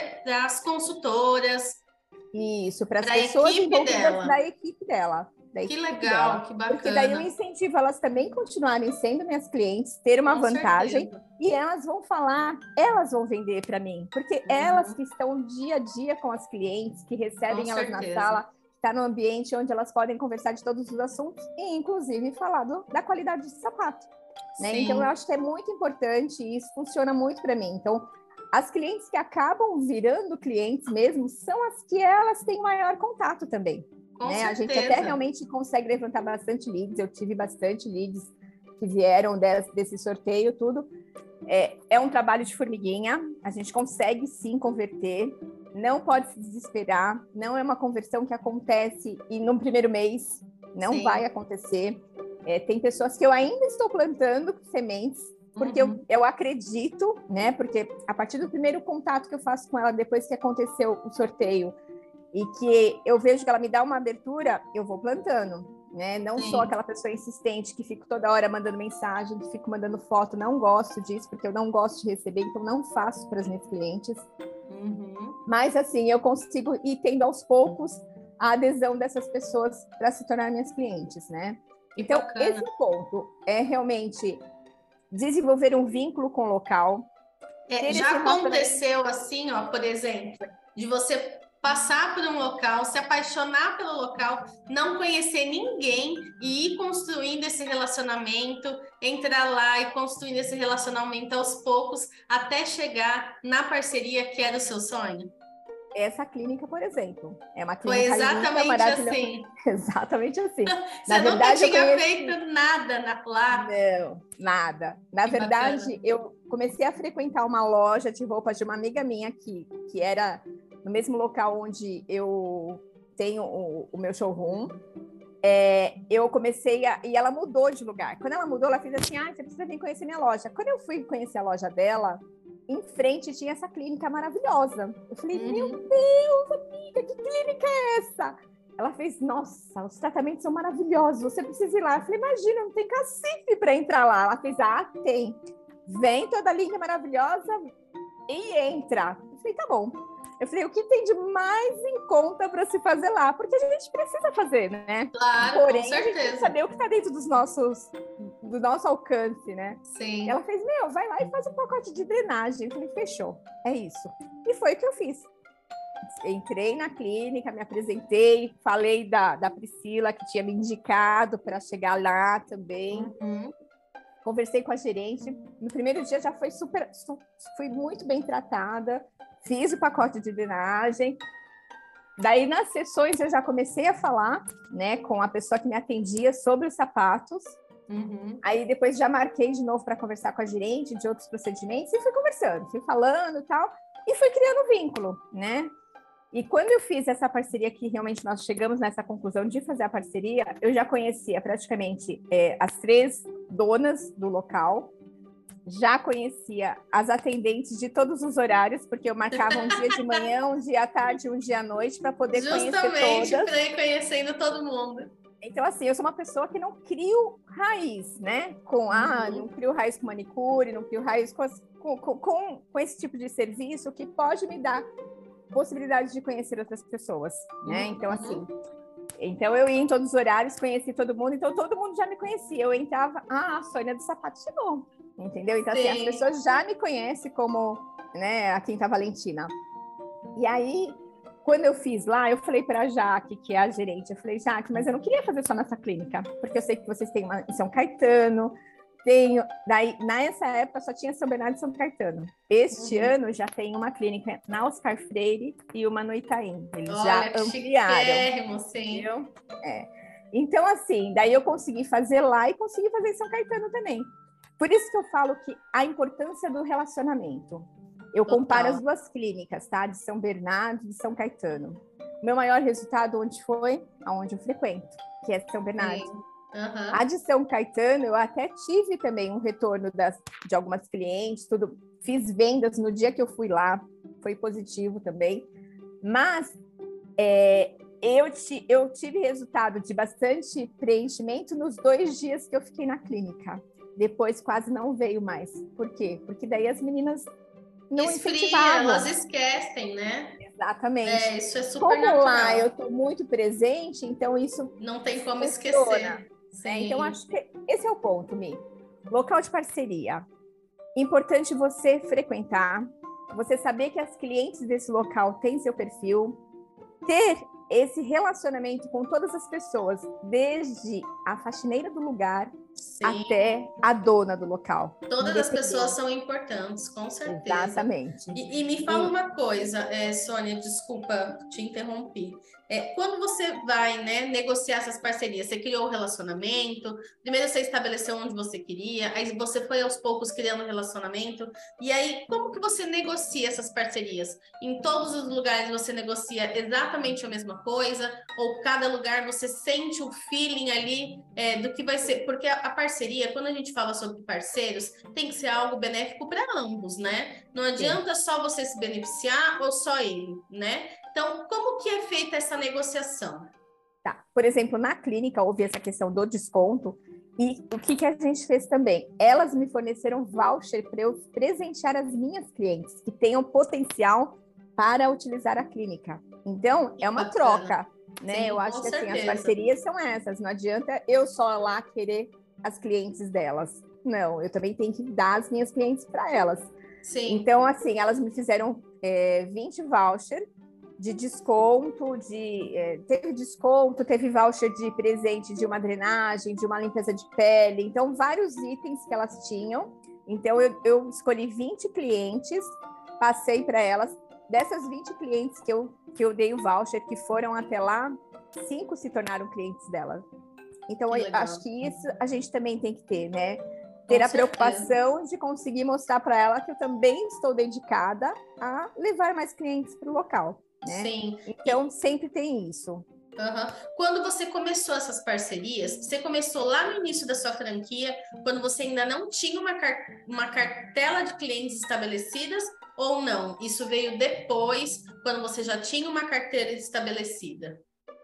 as consultoras. Isso, para as pra pessoas equipe envolvidas dela. da equipe dela. Da Que equipe legal, dela. que bacana. Porque daí eu incentivo elas também continuarem sendo minhas clientes, ter uma Com vantagem, certeza. e elas vão falar, elas vão vender para mim, porque Uhum. elas que estão dia a dia com as clientes, que recebem Com elas certeza. na sala, está no ambiente onde elas podem conversar de todos os assuntos e, inclusive, falar do, da qualidade do sapato. Né? Então, eu acho que é muito importante e isso funciona muito para mim. Então, as clientes que acabam virando clientes mesmo são as que elas têm maior contato também. Com né? certeza. A gente até realmente consegue levantar bastante leads. Eu tive bastante leads que vieram desse, desse sorteio, tudo. É, é um trabalho de formiguinha. A gente consegue sim converter. Não pode se desesperar. Não é uma conversão que acontece e no primeiro mês não sim. vai acontecer. É, tem pessoas que eu ainda estou plantando sementes, porque uhum. eu, eu acredito, né? Porque a partir do primeiro contato que eu faço com ela, depois que aconteceu o sorteio, e que eu vejo que ela me dá uma abertura, eu vou plantando, né? Não Sim. sou aquela pessoa insistente que fico toda hora mandando mensagem, que fico mandando foto, não gosto disso, porque eu não gosto de receber, então não faço para as minhas clientes. Uhum. Mas, assim, eu consigo ir tendo aos poucos a adesão dessas pessoas para se tornar minhas clientes, né? Que então, bacana. Esse ponto é realmente desenvolver um vínculo com o local. É, já aconteceu assim, ó, por exemplo, de você passar por um local, se apaixonar pelo local, não conhecer ninguém e ir construindo esse relacionamento, entrar lá e construindo esse relacionamento aos poucos até chegar na parceria que era o seu sonho? Essa clínica, por exemplo, é uma Foi clínica exatamente linda, assim. Exatamente assim. Você na nunca verdade, tinha conheci... feito nada na, lá? Não, nada. Na que verdade, bacana. eu comecei a frequentar uma loja de roupas de uma amiga minha aqui, que era no mesmo local onde eu tenho o, o meu showroom. É, eu comecei a... E ela mudou de lugar. Quando ela mudou, ela fez assim, ah, você precisa vir conhecer minha loja. Quando eu fui conhecer a loja dela, em frente tinha essa clínica maravilhosa. Eu falei, uhum. meu Deus, amiga, que clínica é essa? Ela fez, nossa, os tratamentos são maravilhosos, você precisa ir lá. Eu falei, imagina, não tem cacife para entrar lá. Ela fez, ah, tem. Vem toda linda, maravilhosa e entra. Eu falei, tá bom. Eu falei, o que tem de mais em conta para se fazer lá? Porque a gente precisa fazer, né? Claro, Porém, com certeza. a gente tem que saber o que está dentro dos nossos, do nosso alcance, né? Sim. Ela fez, meu, vai lá e faz um pacote de drenagem. Eu falei, fechou, é isso. E foi o que eu fiz. Entrei na clínica, me apresentei, falei da, da Priscila, que tinha me indicado para chegar lá também. Uhum. Conversei com a gerente. No primeiro dia já foi super, fui muito bem tratada. Fiz o pacote de drenagem. Daí, nas sessões, eu já comecei a falar, né, com a pessoa que me atendia sobre os sapatos. Uhum. Aí, depois, já marquei de novo para conversar com a gerente de outros procedimentos e fui conversando, fui falando e tal, e fui criando vínculo, né? E quando eu fiz essa parceria, que realmente nós chegamos nessa conclusão de fazer a parceria, eu já conhecia praticamente é, as três donas do local, já conhecia as atendentes de todos os horários, porque eu marcava um dia de manhã, um dia à tarde, um dia à noite, para poder Justamente conhecer todas. Justamente para ir conhecendo todo mundo. Então, assim, eu sou uma pessoa que não crio raiz, né? Com, uhum. ah, não crio raiz com manicure, não crio raiz com, as, com, com, com esse tipo de serviço que pode me dar possibilidade de conhecer outras pessoas, né? Uhum. Então, assim... Então, eu ia em todos os horários, conheci todo mundo, então todo mundo já me conhecia. Eu entrava, ah, a Sônia do Sapato chegou, entendeu? Então, Sim. assim, as pessoas já me conhecem como, né, a Quinta Valentina. E aí, quando eu fiz lá, eu falei para a Jaque, que é a gerente, eu falei, Jaque, mas eu não queria fazer só nessa clínica, porque eu sei que vocês têm uma em São Caetano, tenho... Daí, nessa época, só tinha São Bernardo e São Caetano. Este uhum. ano, já tem uma clínica na Oscar Freire e uma no Itaim. Eles Olha, já ampliaram. Sim. É. Então, assim, daí eu consegui fazer lá e consegui fazer em São Caetano também. Por isso que eu falo que a importância do relacionamento. Eu comparo Total. as duas clínicas, tá? De São Bernardo e de São Caetano. O meu maior resultado onde foi? Aonde eu frequento, que é São Bernardo. Sim. Uhum. A de São Caetano, eu até tive também um retorno das, de algumas clientes, tudo. Fiz vendas no dia que eu fui lá, foi positivo também. Mas é, eu, ti, eu tive resultado de bastante preenchimento nos dois dias que eu fiquei na clínica. Depois quase não veio mais. Por quê? Porque daí as meninas não Esfria, elas incentivavam. esquecem, né? Exatamente. É, isso é super Como lá eu natural. estou muito presente, então isso Não tem como funciona. esquecer. Né? Então, Sim. acho que esse é o ponto, Mi. Local de parceria. Importante você frequentar, você saber que as clientes desse local têm seu perfil, ter esse relacionamento com todas as pessoas, desde a faxineira do lugar Sim. até a dona do local. Todas as pessoas são importantes, com certeza. Exatamente. E, e me fala E, uma coisa, é, Sônia, desculpa, te interrompi. É, quando você vai, né, negociar essas parcerias, você criou o relacionamento, primeiro você estabeleceu onde você queria, aí você foi aos poucos criando o relacionamento, e aí como que você negocia essas parcerias? Em todos os lugares você negocia exatamente a mesma coisa, ou cada lugar você sente o feeling ali é, do que vai ser? Porque a, a parceria, quando a gente fala sobre parceiros, tem que ser algo benéfico para ambos, né? Não adianta só você se beneficiar ou só ele, né? Então, como que é feita essa negociação? tá. Por exemplo, na clínica houve essa questão do desconto e o que, que a gente fez também? Elas me forneceram voucher para eu presentear as minhas clientes que tenham potencial para utilizar a clínica. Então, Que é uma bacana. troca, né? Sim, Eu com acho que assim, as certeza. parcerias são essas. Não adianta eu só lá querer as clientes delas. Não, eu também tenho que dar as minhas clientes para elas. Sim, Então, assim, elas me fizeram é, vinte voucher de desconto, de é, teve desconto, teve voucher de presente de uma drenagem, de uma limpeza de pele, então vários itens que elas tinham. Então eu, eu escolhi vinte clientes, passei para elas. Dessas vinte clientes que eu, que eu dei o voucher, que foram até lá, cinco se tornaram clientes dela. Então, que eu acho legal. que isso a gente também tem que ter, né? Ter Com a certeza. preocupação de conseguir mostrar para ela que eu também estou dedicada a levar mais clientes para o local, né? Sim. Então, E, sempre tem isso. uhum. Quando você começou essas parcerias, você começou lá no início da sua franquia, quando você ainda não tinha uma, car uma cartela de clientes estabelecidas, ou não? Isso veio depois, quando você já tinha uma carteira estabelecida?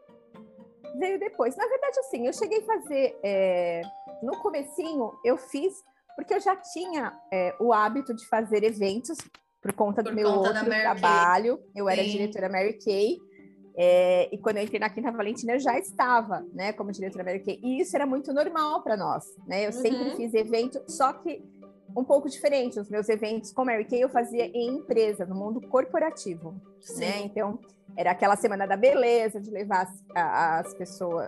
Veio depois. Na verdade, assim, eu cheguei a fazer... É... No comecinho, eu fiz porque eu já tinha é, o hábito de fazer eventos por conta do Por meu conta da outro Mary Kay. trabalho. Eu era Sim. diretora Mary Kay. É, e quando eu entrei na Quinta Valentina, eu já estava, né, como diretora Mary Kay. E isso era muito normal para nós, né? Eu sempre Uhum. fiz evento, só que um pouco diferente. Os meus eventos com Mary Kay eu fazia em empresa, no mundo corporativo, né? Sim. Então, era aquela semana da beleza, de levar as, as pessoas,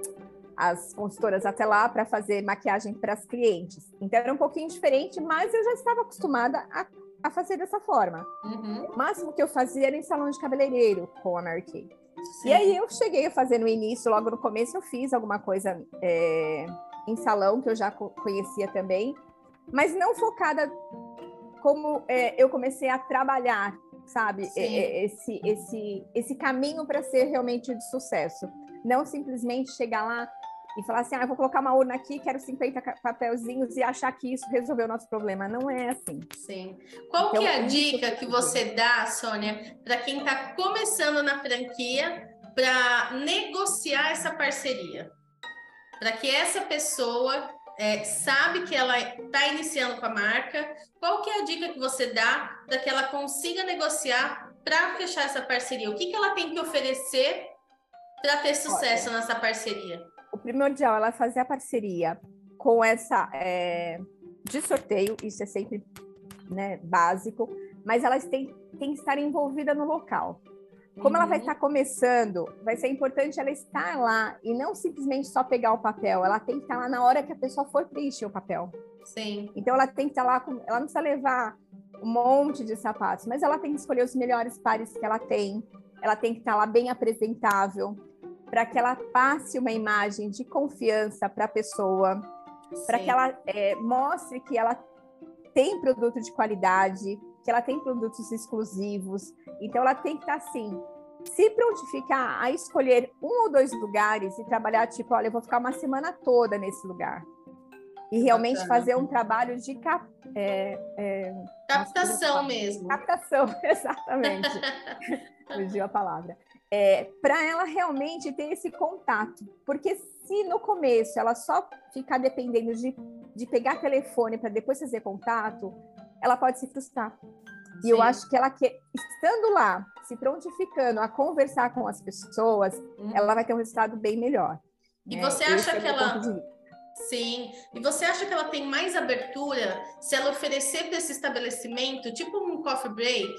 as consultoras até lá para fazer maquiagem para as clientes. Então, era um pouquinho diferente, mas eu já estava acostumada a, a fazer dessa forma. Uhum. O máximo que eu fazia era em salão de cabeleireiro com a Mary Kay. E Sim. aí eu cheguei a fazer no início, logo no começo eu fiz alguma coisa é, em salão, que eu já conhecia também, mas não focada como é, eu comecei a trabalhar, sabe, é, esse, esse, esse caminho para ser realmente de sucesso. Não simplesmente chegar lá e falar assim, ah, eu vou colocar uma urna aqui, quero cinquenta papelzinhos e achar que isso resolveu o nosso problema. Não é assim. Sim. Qual que Então, é a isso dica que você dá, Sônia, para quem está começando na franquia para negociar essa parceria? Para que essa pessoa é, sabe que ela está iniciando com a marca, qual que é a dica que você dá para que ela consiga negociar para fechar essa parceria? O que, que ela tem que oferecer para ter sucesso Olha, nessa parceria? o primordial, ela fazer a parceria com essa é, de sorteio, isso é sempre, né, básico, mas elas têm, têm que estar envolvida no local. Como Uhum. ela vai estar começando, vai ser importante ela estar lá e não simplesmente só pegar o papel. Ela tem que estar lá na hora que a pessoa for preencher o papel. Sim. Então ela tem que estar lá, com, ela não precisa levar um monte de sapatos, mas ela tem que escolher os melhores pares que ela tem. Ela tem que estar lá bem apresentável, para que ela passe uma imagem de confiança para a pessoa, para que ela é, mostre que ela tem produto de qualidade, que ela tem produtos exclusivos. Então, ela tem que estar assim, se prontificar a escolher um ou dois lugares e trabalhar, tipo, olha, eu vou ficar uma semana toda nesse lugar. E realmente Bacana. fazer um trabalho de cap, é, é, captação mesmo. Captação, exatamente. Fugiu a palavra. É, para ela realmente ter esse contato. Porque se no começo ela só ficar dependendo de, de pegar telefone para depois fazer contato, ela pode se frustrar. E Sim. eu acho que ela, que, estando lá, se prontificando a conversar com as pessoas, uhum. ela vai ter um resultado bem melhor. E né? você acha Esse que é ela... Sim. E você acha que ela tem mais abertura se ela oferecer para esse estabelecimento, tipo um coffee break?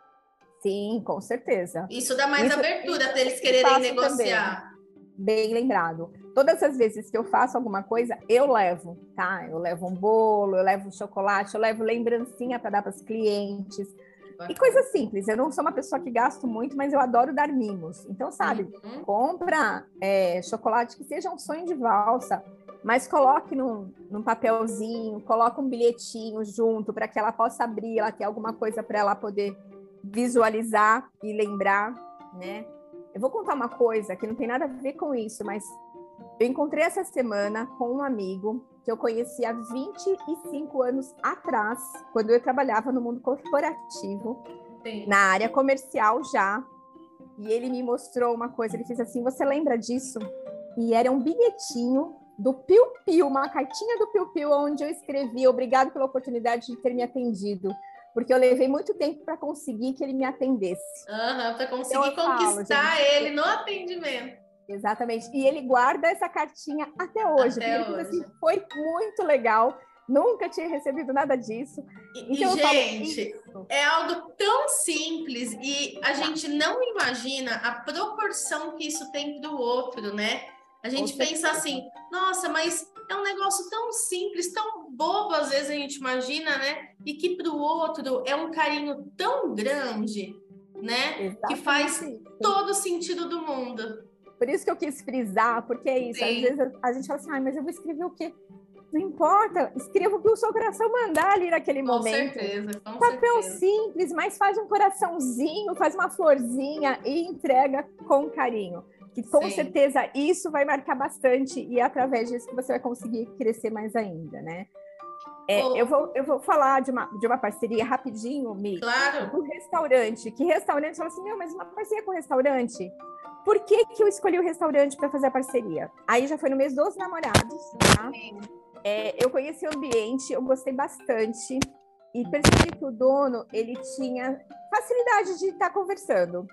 Sim, com certeza. Isso dá mais isso, abertura para eles quererem negociar. Também. Bem lembrado. Todas as vezes que eu faço alguma coisa, eu levo, tá? Eu levo um bolo, eu levo chocolate, eu levo lembrancinha para dar para os clientes. Bacana. E coisa simples. Eu não sou uma pessoa que gasto muito, mas eu adoro dar mimos. Então, sabe, uhum. compra é, chocolate que seja um sonho de valsa, mas coloque num, num papelzinho, coloque um bilhetinho junto para que ela possa abrir, ela ter alguma coisa para ela poder visualizar e lembrar, né? Eu vou contar uma coisa que não tem nada a ver com isso, mas eu encontrei essa semana com um amigo que eu conheci há vinte e cinco anos atrás, quando eu trabalhava no mundo corporativo, Sim. na área comercial já, e ele me mostrou uma coisa, ele fez assim, você lembra disso? E era um bilhetinho do Piu Piu, uma cartinha do Piu Piu, onde eu escrevi, obrigado pela oportunidade de ter me atendido, porque eu levei muito tempo para conseguir que ele me atendesse. Uhum, para conseguir então, conquistar falo, ele no atendimento. Exatamente. E ele guarda essa cartinha até hoje. Até porque hoje. Ele assim, foi muito legal. Nunca tinha recebido nada disso. E, então, e gente, falo, é algo tão simples e a gente não imagina a proporção que isso tem para o outro, né? A gente pensa assim, nossa, mas é um negócio tão simples, tão bobo, às vezes a gente imagina, né? E que para o outro é um carinho tão grande, né? Exatamente. Que faz todo o sentido do mundo. Por isso que eu quis frisar, porque é isso. Sim. Às vezes a gente fala assim, ah, mas eu vou escrever o quê? Não importa, escreva o que o seu coração mandar ali naquele com momento. Certeza, com Papel certeza. simples, mas faz um coraçãozinho, faz uma florzinha e entrega com carinho. Que com Sim. certeza isso vai marcar bastante e é através disso que você vai conseguir crescer mais ainda, né? É, oh. eu, vou, eu vou falar de uma, de uma parceria rapidinho, Mi. Claro. Do restaurante. Que restaurante, fala assim, meu, mas uma parceria com restaurante? Por que que eu escolhi o restaurante para fazer a parceria? Aí já foi no mês dos namorados, tá? É, eu conheci o ambiente, eu gostei bastante e percebi que o dono, ele tinha facilidade de estar conversando.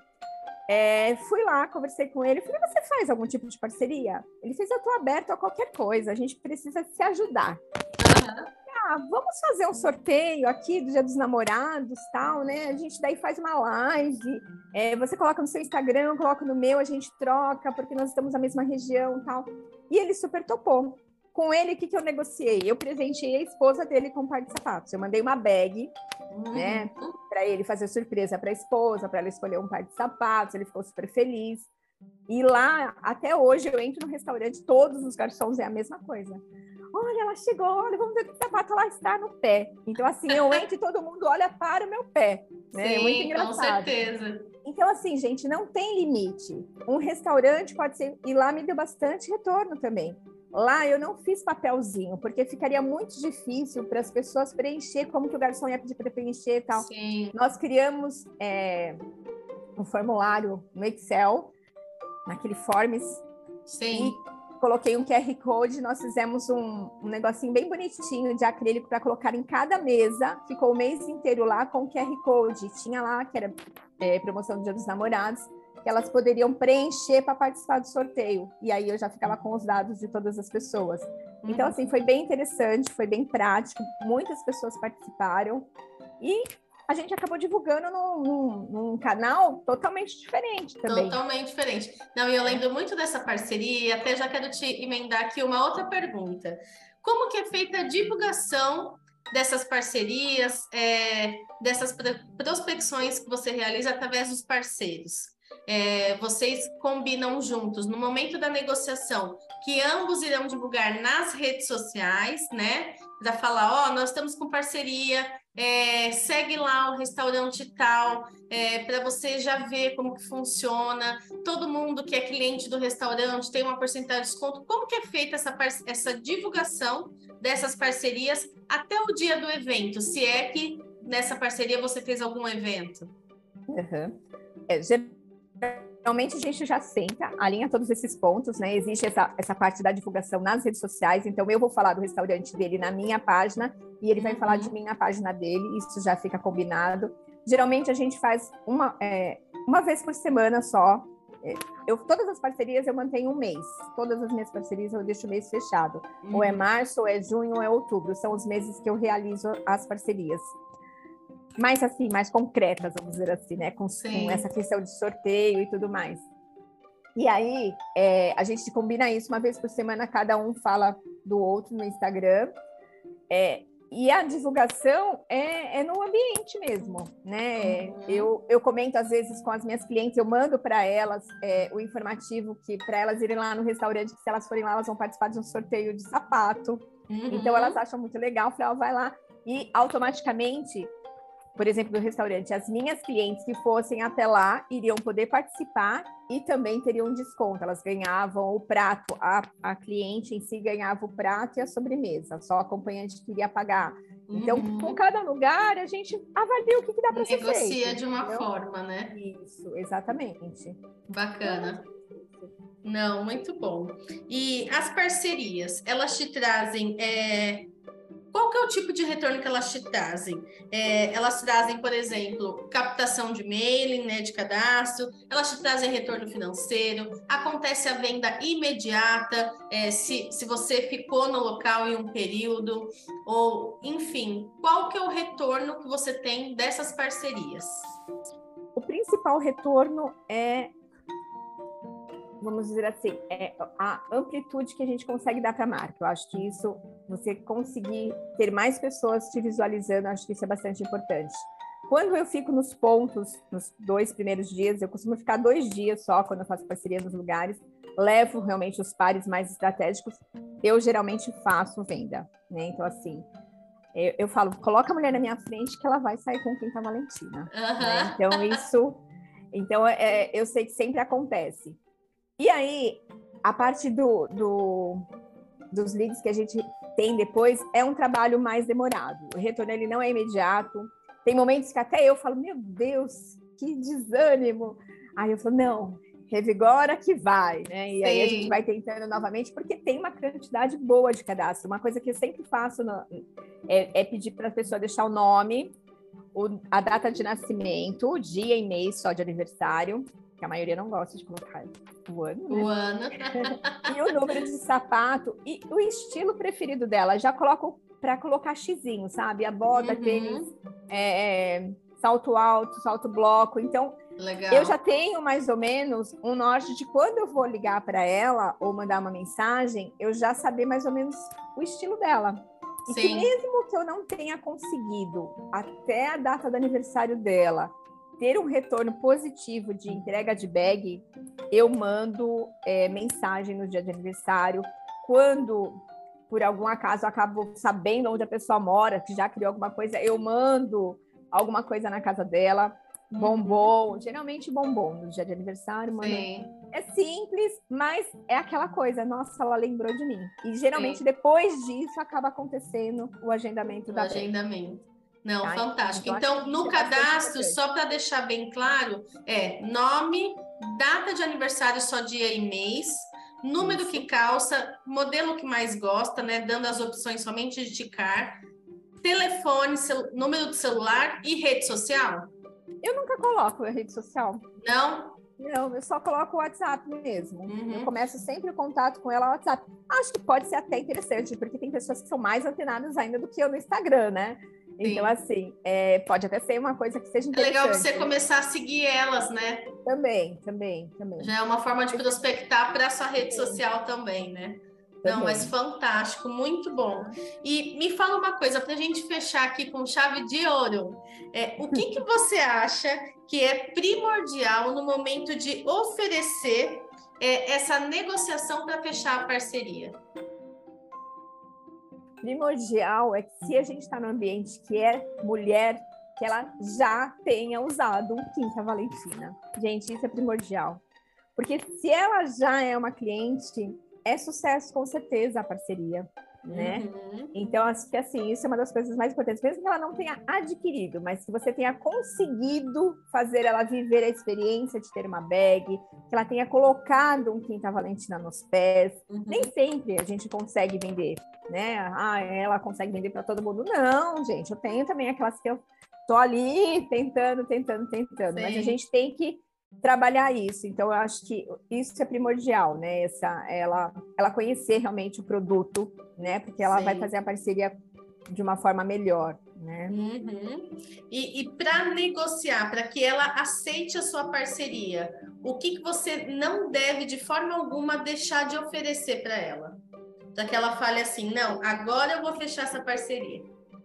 É, fui lá, conversei com ele, falei, você faz algum tipo de parceria? Ele fez, eu estou aberto a qualquer coisa, a gente precisa se ajudar. Uhum. Ah, vamos fazer um sorteio aqui do Dia dos Namorados, tal, né? A gente daí faz uma live, é, você coloca no seu Instagram, eu coloco no meu, a gente troca, porque nós estamos na mesma região, tal. E ele super topou. Com ele, o que, que eu negociei? Eu presenteei a esposa dele com um par de sapatos. Eu mandei uma bag, uhum. né, para ele fazer surpresa para a esposa, para ela escolher um par de sapatos. Ele ficou super feliz. E lá, até hoje, eu entro no restaurante, todos os garçons é a mesma coisa. Olha, ela chegou, olha, vamos ver que sapato ela está no pé. Então, assim, eu entro e todo mundo olha para o meu pé. Né? Sim, é muito engraçado. Com certeza. Então, assim, gente, não tem limite. Um restaurante pode ser... E lá me deu bastante retorno também. Lá eu não fiz papelzinho, porque ficaria muito difícil para as pessoas preencher, como que o garçom ia pedir para preencher e tal. Sim. Nós criamos é, um formulário no Excel, naquele Forms, Sim. e coloquei um Q R Code, nós fizemos um, um negocinho bem bonitinho de acrílico para colocar em cada mesa, ficou o mês inteiro lá com o Q R Code, tinha lá, que era é, promoção do Dia dos Namorados, que elas poderiam preencher para participar do sorteio. E aí eu já ficava com os dados de todas as pessoas. Então, assim, foi bem interessante, foi bem prático, muitas pessoas participaram. E a gente acabou divulgando num, num, num canal totalmente diferente também. Totalmente diferente. Não, e eu lembro muito dessa parceria, e até já quero te emendar aqui uma outra pergunta. Como que é feita a divulgação dessas parcerias, é, dessas prospecções que você realiza através dos parceiros? é, vocês combinam juntos, no momento da negociação, que ambos irão divulgar nas redes sociais, né? Para falar, ó, oh, nós estamos com parceria, é, segue lá o restaurante tal, é, para você já ver como que funciona. Todo mundo que é cliente do restaurante tem uma porcentagem de desconto. Como que é feita essa, essa divulgação dessas parcerias até o dia do evento? Se é que nessa parceria você fez algum evento? Uhum. É, geralmente a gente já senta, alinha todos esses pontos, né? Existe essa, essa parte da divulgação nas redes sociais, então eu vou falar do restaurante dele na minha página e ele vai uhum. falar de mim na página dele, isso já fica combinado. Geralmente a gente faz uma, é, uma vez por semana só. Eu, todas as parcerias eu mantenho um mês, todas as minhas parcerias eu deixo o mês fechado. Uhum. Ou é março, ou é junho, ou é outubro, são os meses que eu realizo as parcerias. Mais assim, mais concretas, vamos dizer assim, né? Com, com essa questão de sorteio e tudo mais. E aí, é, a gente combina isso uma vez por semana, cada um fala do outro no Instagram. É, e a divulgação é, é no ambiente mesmo, né? Uhum. Eu, eu comento, às vezes, com as minhas clientes, eu mando para elas é, o informativo que para elas irem lá no restaurante, que se elas forem lá, elas vão participar de um sorteio de sapato. Uhum. Então, elas acham muito legal. Eu falei, ó, vai lá. E, automaticamente... Por exemplo, no restaurante, as minhas clientes que fossem até lá iriam poder participar e também teriam um desconto. Elas ganhavam o prato, a, a cliente em si ganhava o prato e a sobremesa, só o acompanhante queria pagar. Então, uhum. com cada lugar, a gente avalia o que, que dá para ser feito. Negocia de uma entendeu? Forma, né? Isso, exatamente. Bacana. Não, muito bom. E as parcerias, elas te trazem... É... Qual que é o tipo de retorno que elas te trazem? É, elas trazem, por exemplo, captação de mailing, né, de cadastro, elas te trazem retorno financeiro, acontece a venda imediata, é, se, se você ficou no local em um período, ou, enfim, qual que é o retorno que você tem dessas parcerias? O principal retorno é... vamos dizer assim, é a amplitude que a gente consegue dar para a marca. Eu acho que isso, você conseguir ter mais pessoas te visualizando, acho que isso é bastante importante. Quando eu fico nos pontos, nos dois primeiros dias, eu costumo ficar dois dias só quando eu faço parceria nos lugares, levo realmente os pares mais estratégicos, eu geralmente faço venda, né? Então, assim, eu, eu falo, coloca a mulher na minha frente que ela vai sair com Quinta Valentina. Uhum. Né? Então, isso... Então, é, eu sei que sempre acontece. E aí, a parte do, do, dos leads que a gente tem depois é um trabalho mais demorado. O retorno ele não é imediato. Tem momentos que até eu falo, meu Deus, que desânimo. Aí eu falo, não, revigora que vai, né? E Sim. aí a gente vai tentando novamente, porque tem uma quantidade boa de cadastro. Uma coisa que eu sempre faço no, é, é pedir para a pessoa deixar o nome, o, a data de nascimento, o dia e mês só de aniversário, que a maioria não gosta de colocar o ano, né? O ano. E o número de sapato e o estilo preferido dela. Já coloco para colocar xizinho, sabe? A bota, uhum. tênis, é, é, salto alto, salto bloco. Então, Legal. Eu já tenho mais ou menos um norte de quando eu vou ligar para ela ou mandar uma mensagem, eu já saber mais ou menos o estilo dela. E Sim. que mesmo que eu não tenha conseguido até a data do aniversário dela ter um retorno positivo de entrega de bag, eu mando é, mensagem no dia de aniversário. Quando, por algum acaso, eu acabo sabendo onde a pessoa mora, que já criou alguma coisa, eu mando alguma coisa na casa dela. Bombom, uhum. geralmente bombom no dia de aniversário. Mando... É simples, mas é aquela coisa, nossa, ela lembrou de mim. E geralmente Sim. depois disso acaba acontecendo o agendamento o da agendamento. Bag. Não, tá? Fantástico. Então, então no cadastro, só para deixar bem claro, é nome, data de aniversário, só dia e mês, número Isso. que calça, modelo que mais gosta, né? Dando as opções somente de ticar, telefone, cel... número de celular e rede social? Eu nunca coloco a rede social. Não? Não, eu só coloco o WhatsApp mesmo. Uhum. Eu começo sempre o contato com ela no WhatsApp. Acho que pode ser até interessante, porque tem pessoas que são mais antenadas ainda do que eu no Instagram, né? Sim. Então, assim, é, pode até ser uma coisa que seja interessante. É legal você começar a seguir elas, né? Também, também, também. Já é uma forma de prospectar para a sua rede social também, né? Não, mas fantástico, muito bom. E me fala uma coisa, para a gente fechar aqui com chave de ouro. É, o que, que você acha que é primordial no momento de oferecer é, essa negociação para fechar a parceria? Primordial é que se a gente está no ambiente que é mulher, que ela já tenha usado um Quinta Valentina. Gente, isso é primordial. Porque se ela já é uma cliente, é sucesso com certeza a parceria, né? Uhum. Então, acho que assim, isso é uma das coisas mais importantes, mesmo que ela não tenha adquirido, mas que você tenha conseguido fazer ela viver a experiência de ter uma bag, que ela tenha colocado um Quinta Valentina nos pés. Uhum. Nem sempre a gente consegue vender, né? Ah, ela consegue vender para todo mundo. Não, gente, eu tenho também aquelas que eu tô ali tentando, tentando, tentando, Sim. mas a gente tem que trabalhar isso. Então, eu acho que isso é primordial, né? Essa, ela, ela conhecer realmente o produto, né? Porque ela Sim. vai fazer a parceria de uma forma melhor, né? Uhum. E, e para negociar, para que ela aceite a sua parceria, o que, que você não deve, de forma alguma, deixar de oferecer para ela? Para que ela fale assim, não, agora eu vou fechar essa parceria.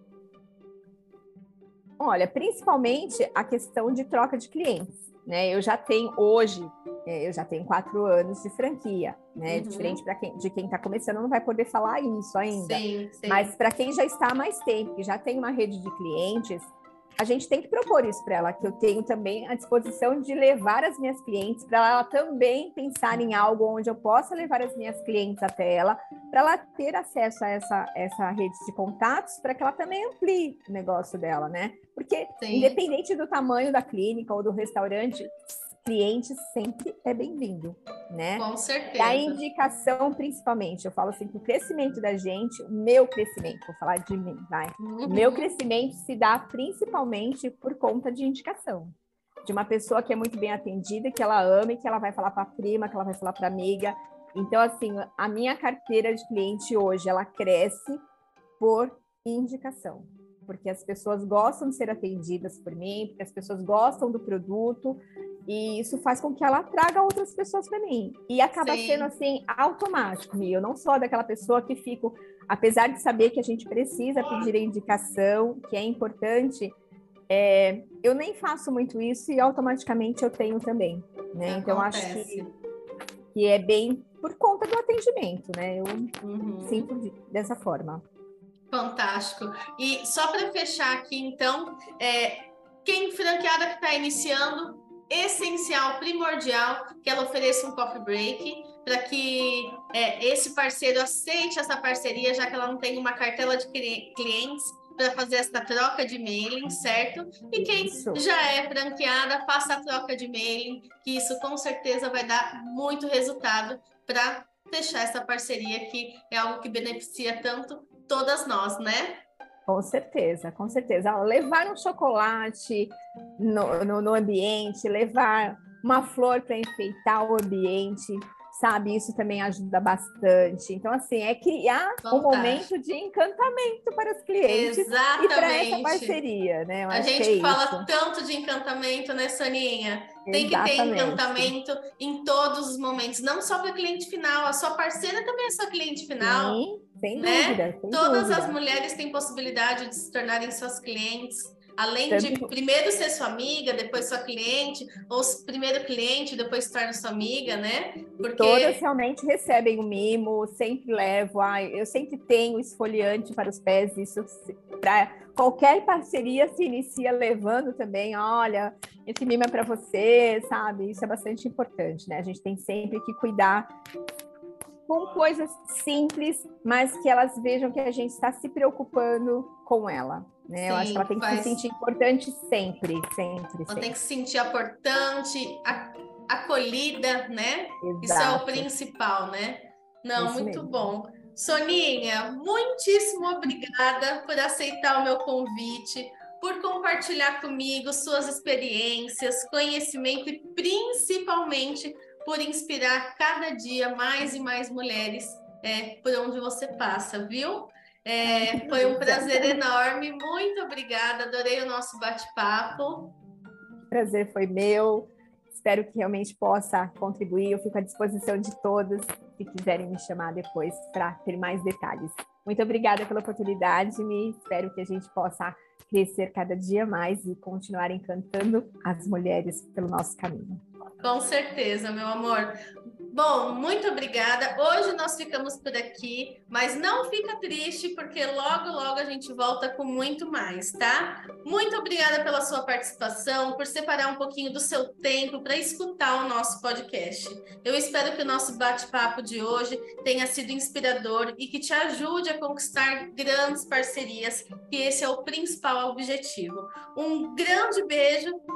Olha, principalmente a questão de troca de clientes, né? Eu já tenho hoje, eu já tenho quatro anos de franquia, né? Uhum. Diferente para quem, de quem está começando, não vai poder falar isso ainda. Sim, sim. Mas para quem já está há mais tempo, que já tem uma rede de clientes, a gente tem que propor isso para ela, que eu tenho também a disposição de levar as minhas clientes, para ela também pensar em algo onde eu possa levar as minhas clientes até ela, para ela ter acesso a essa, essa rede de contatos, para que ela também amplie o negócio dela, né? Porque, Sim. independente do tamanho da clínica ou do restaurante, cliente sempre é bem-vindo, né? Com certeza. E a indicação, principalmente, eu falo assim, que o crescimento da gente, o meu crescimento, vou falar de mim, vai. Uhum. O meu crescimento se dá principalmente por conta de indicação. De uma pessoa que é muito bem atendida, que ela ama e que ela vai falar para a prima, que ela vai falar para a amiga. Então, assim, a minha carteira de cliente hoje, ela cresce por indicação. Porque as pessoas gostam de ser atendidas por mim, porque as pessoas gostam do produto, e isso faz com que ela traga outras pessoas para mim. E acaba Sim. sendo assim, automático. E eu não sou daquela pessoa que fico, apesar de saber que a gente precisa pedir a indicação, que é importante, é, eu nem faço muito isso e automaticamente eu tenho também. Né? Então, acho que, que é bem por conta do atendimento, né? Eu uhum. sinto dessa forma. Fantástico. E só para fechar aqui, então, é, quem franqueada que está iniciando, essencial, primordial, que ela ofereça um coffee break para que é, esse parceiro aceite essa parceria, já que ela não tem uma cartela de clientes para fazer essa troca de mailing, certo? E quem isso. já é franqueada, faça a troca de mailing, que isso com certeza vai dar muito resultado para fechar essa parceria, que é algo que beneficia tanto todas nós, né? Com certeza, com certeza. Levar um chocolate no, no, no ambiente, levar uma flor para enfeitar o ambiente, sabe? Isso também ajuda bastante. Então, assim, é criar Fantástico. um momento de encantamento para os clientes. Exatamente. E para essa parceria, né? Eu a acho gente que é fala isso. tanto de encantamento, né, Soninha? Tem Exatamente. que ter encantamento em todos os momentos, não só para o cliente final, a sua parceira também é sua cliente final. Sim, sem né? dúvida. Sem Todas dúvida. as mulheres têm possibilidade de se tornarem suas clientes. Além Tanto... de primeiro ser sua amiga, depois sua cliente, ou primeiro cliente, depois se torna sua amiga, né? Porque todas realmente recebem o mimo, sempre levo, ah, eu sempre tenho esfoliante para os pés, isso para qualquer parceria se inicia levando também, olha, esse mimo é para você, sabe? Isso é bastante importante, né? A gente tem sempre que cuidar com coisas simples, mas que elas vejam que a gente está se preocupando com ela. Né? Sim, eu acho que ela tem que faz... se sentir importante sempre, sempre, Ela sempre. tem que se sentir importante, acolhida, né? Exato. Isso é o principal, né? Não, Isso muito mesmo. bom. Soninha, muitíssimo obrigada por aceitar o meu convite, por compartilhar comigo suas experiências, conhecimento e principalmente por inspirar cada dia mais e mais mulheres é, por onde você passa, viu? É, foi um prazer enorme, muito obrigada, adorei o nosso bate-papo. Prazer foi meu. Espero que realmente possa contribuir. Eu fico à disposição de todos, se quiserem me chamar depois para ter mais detalhes. Muito obrigada pela oportunidade, me espero que a gente possa crescer cada dia mais e continuar encantando as mulheres pelo nosso caminho. Com certeza, meu amor. Bom, muito obrigada. Hoje nós ficamos por aqui, mas não fica triste, porque logo, logo a gente volta com muito mais, tá? Muito obrigada pela sua participação, por separar um pouquinho do seu tempo para escutar o nosso podcast. Eu espero que o nosso bate-papo de hoje tenha sido inspirador e que te ajude a conquistar grandes parcerias, que esse é o principal objetivo. Um grande beijo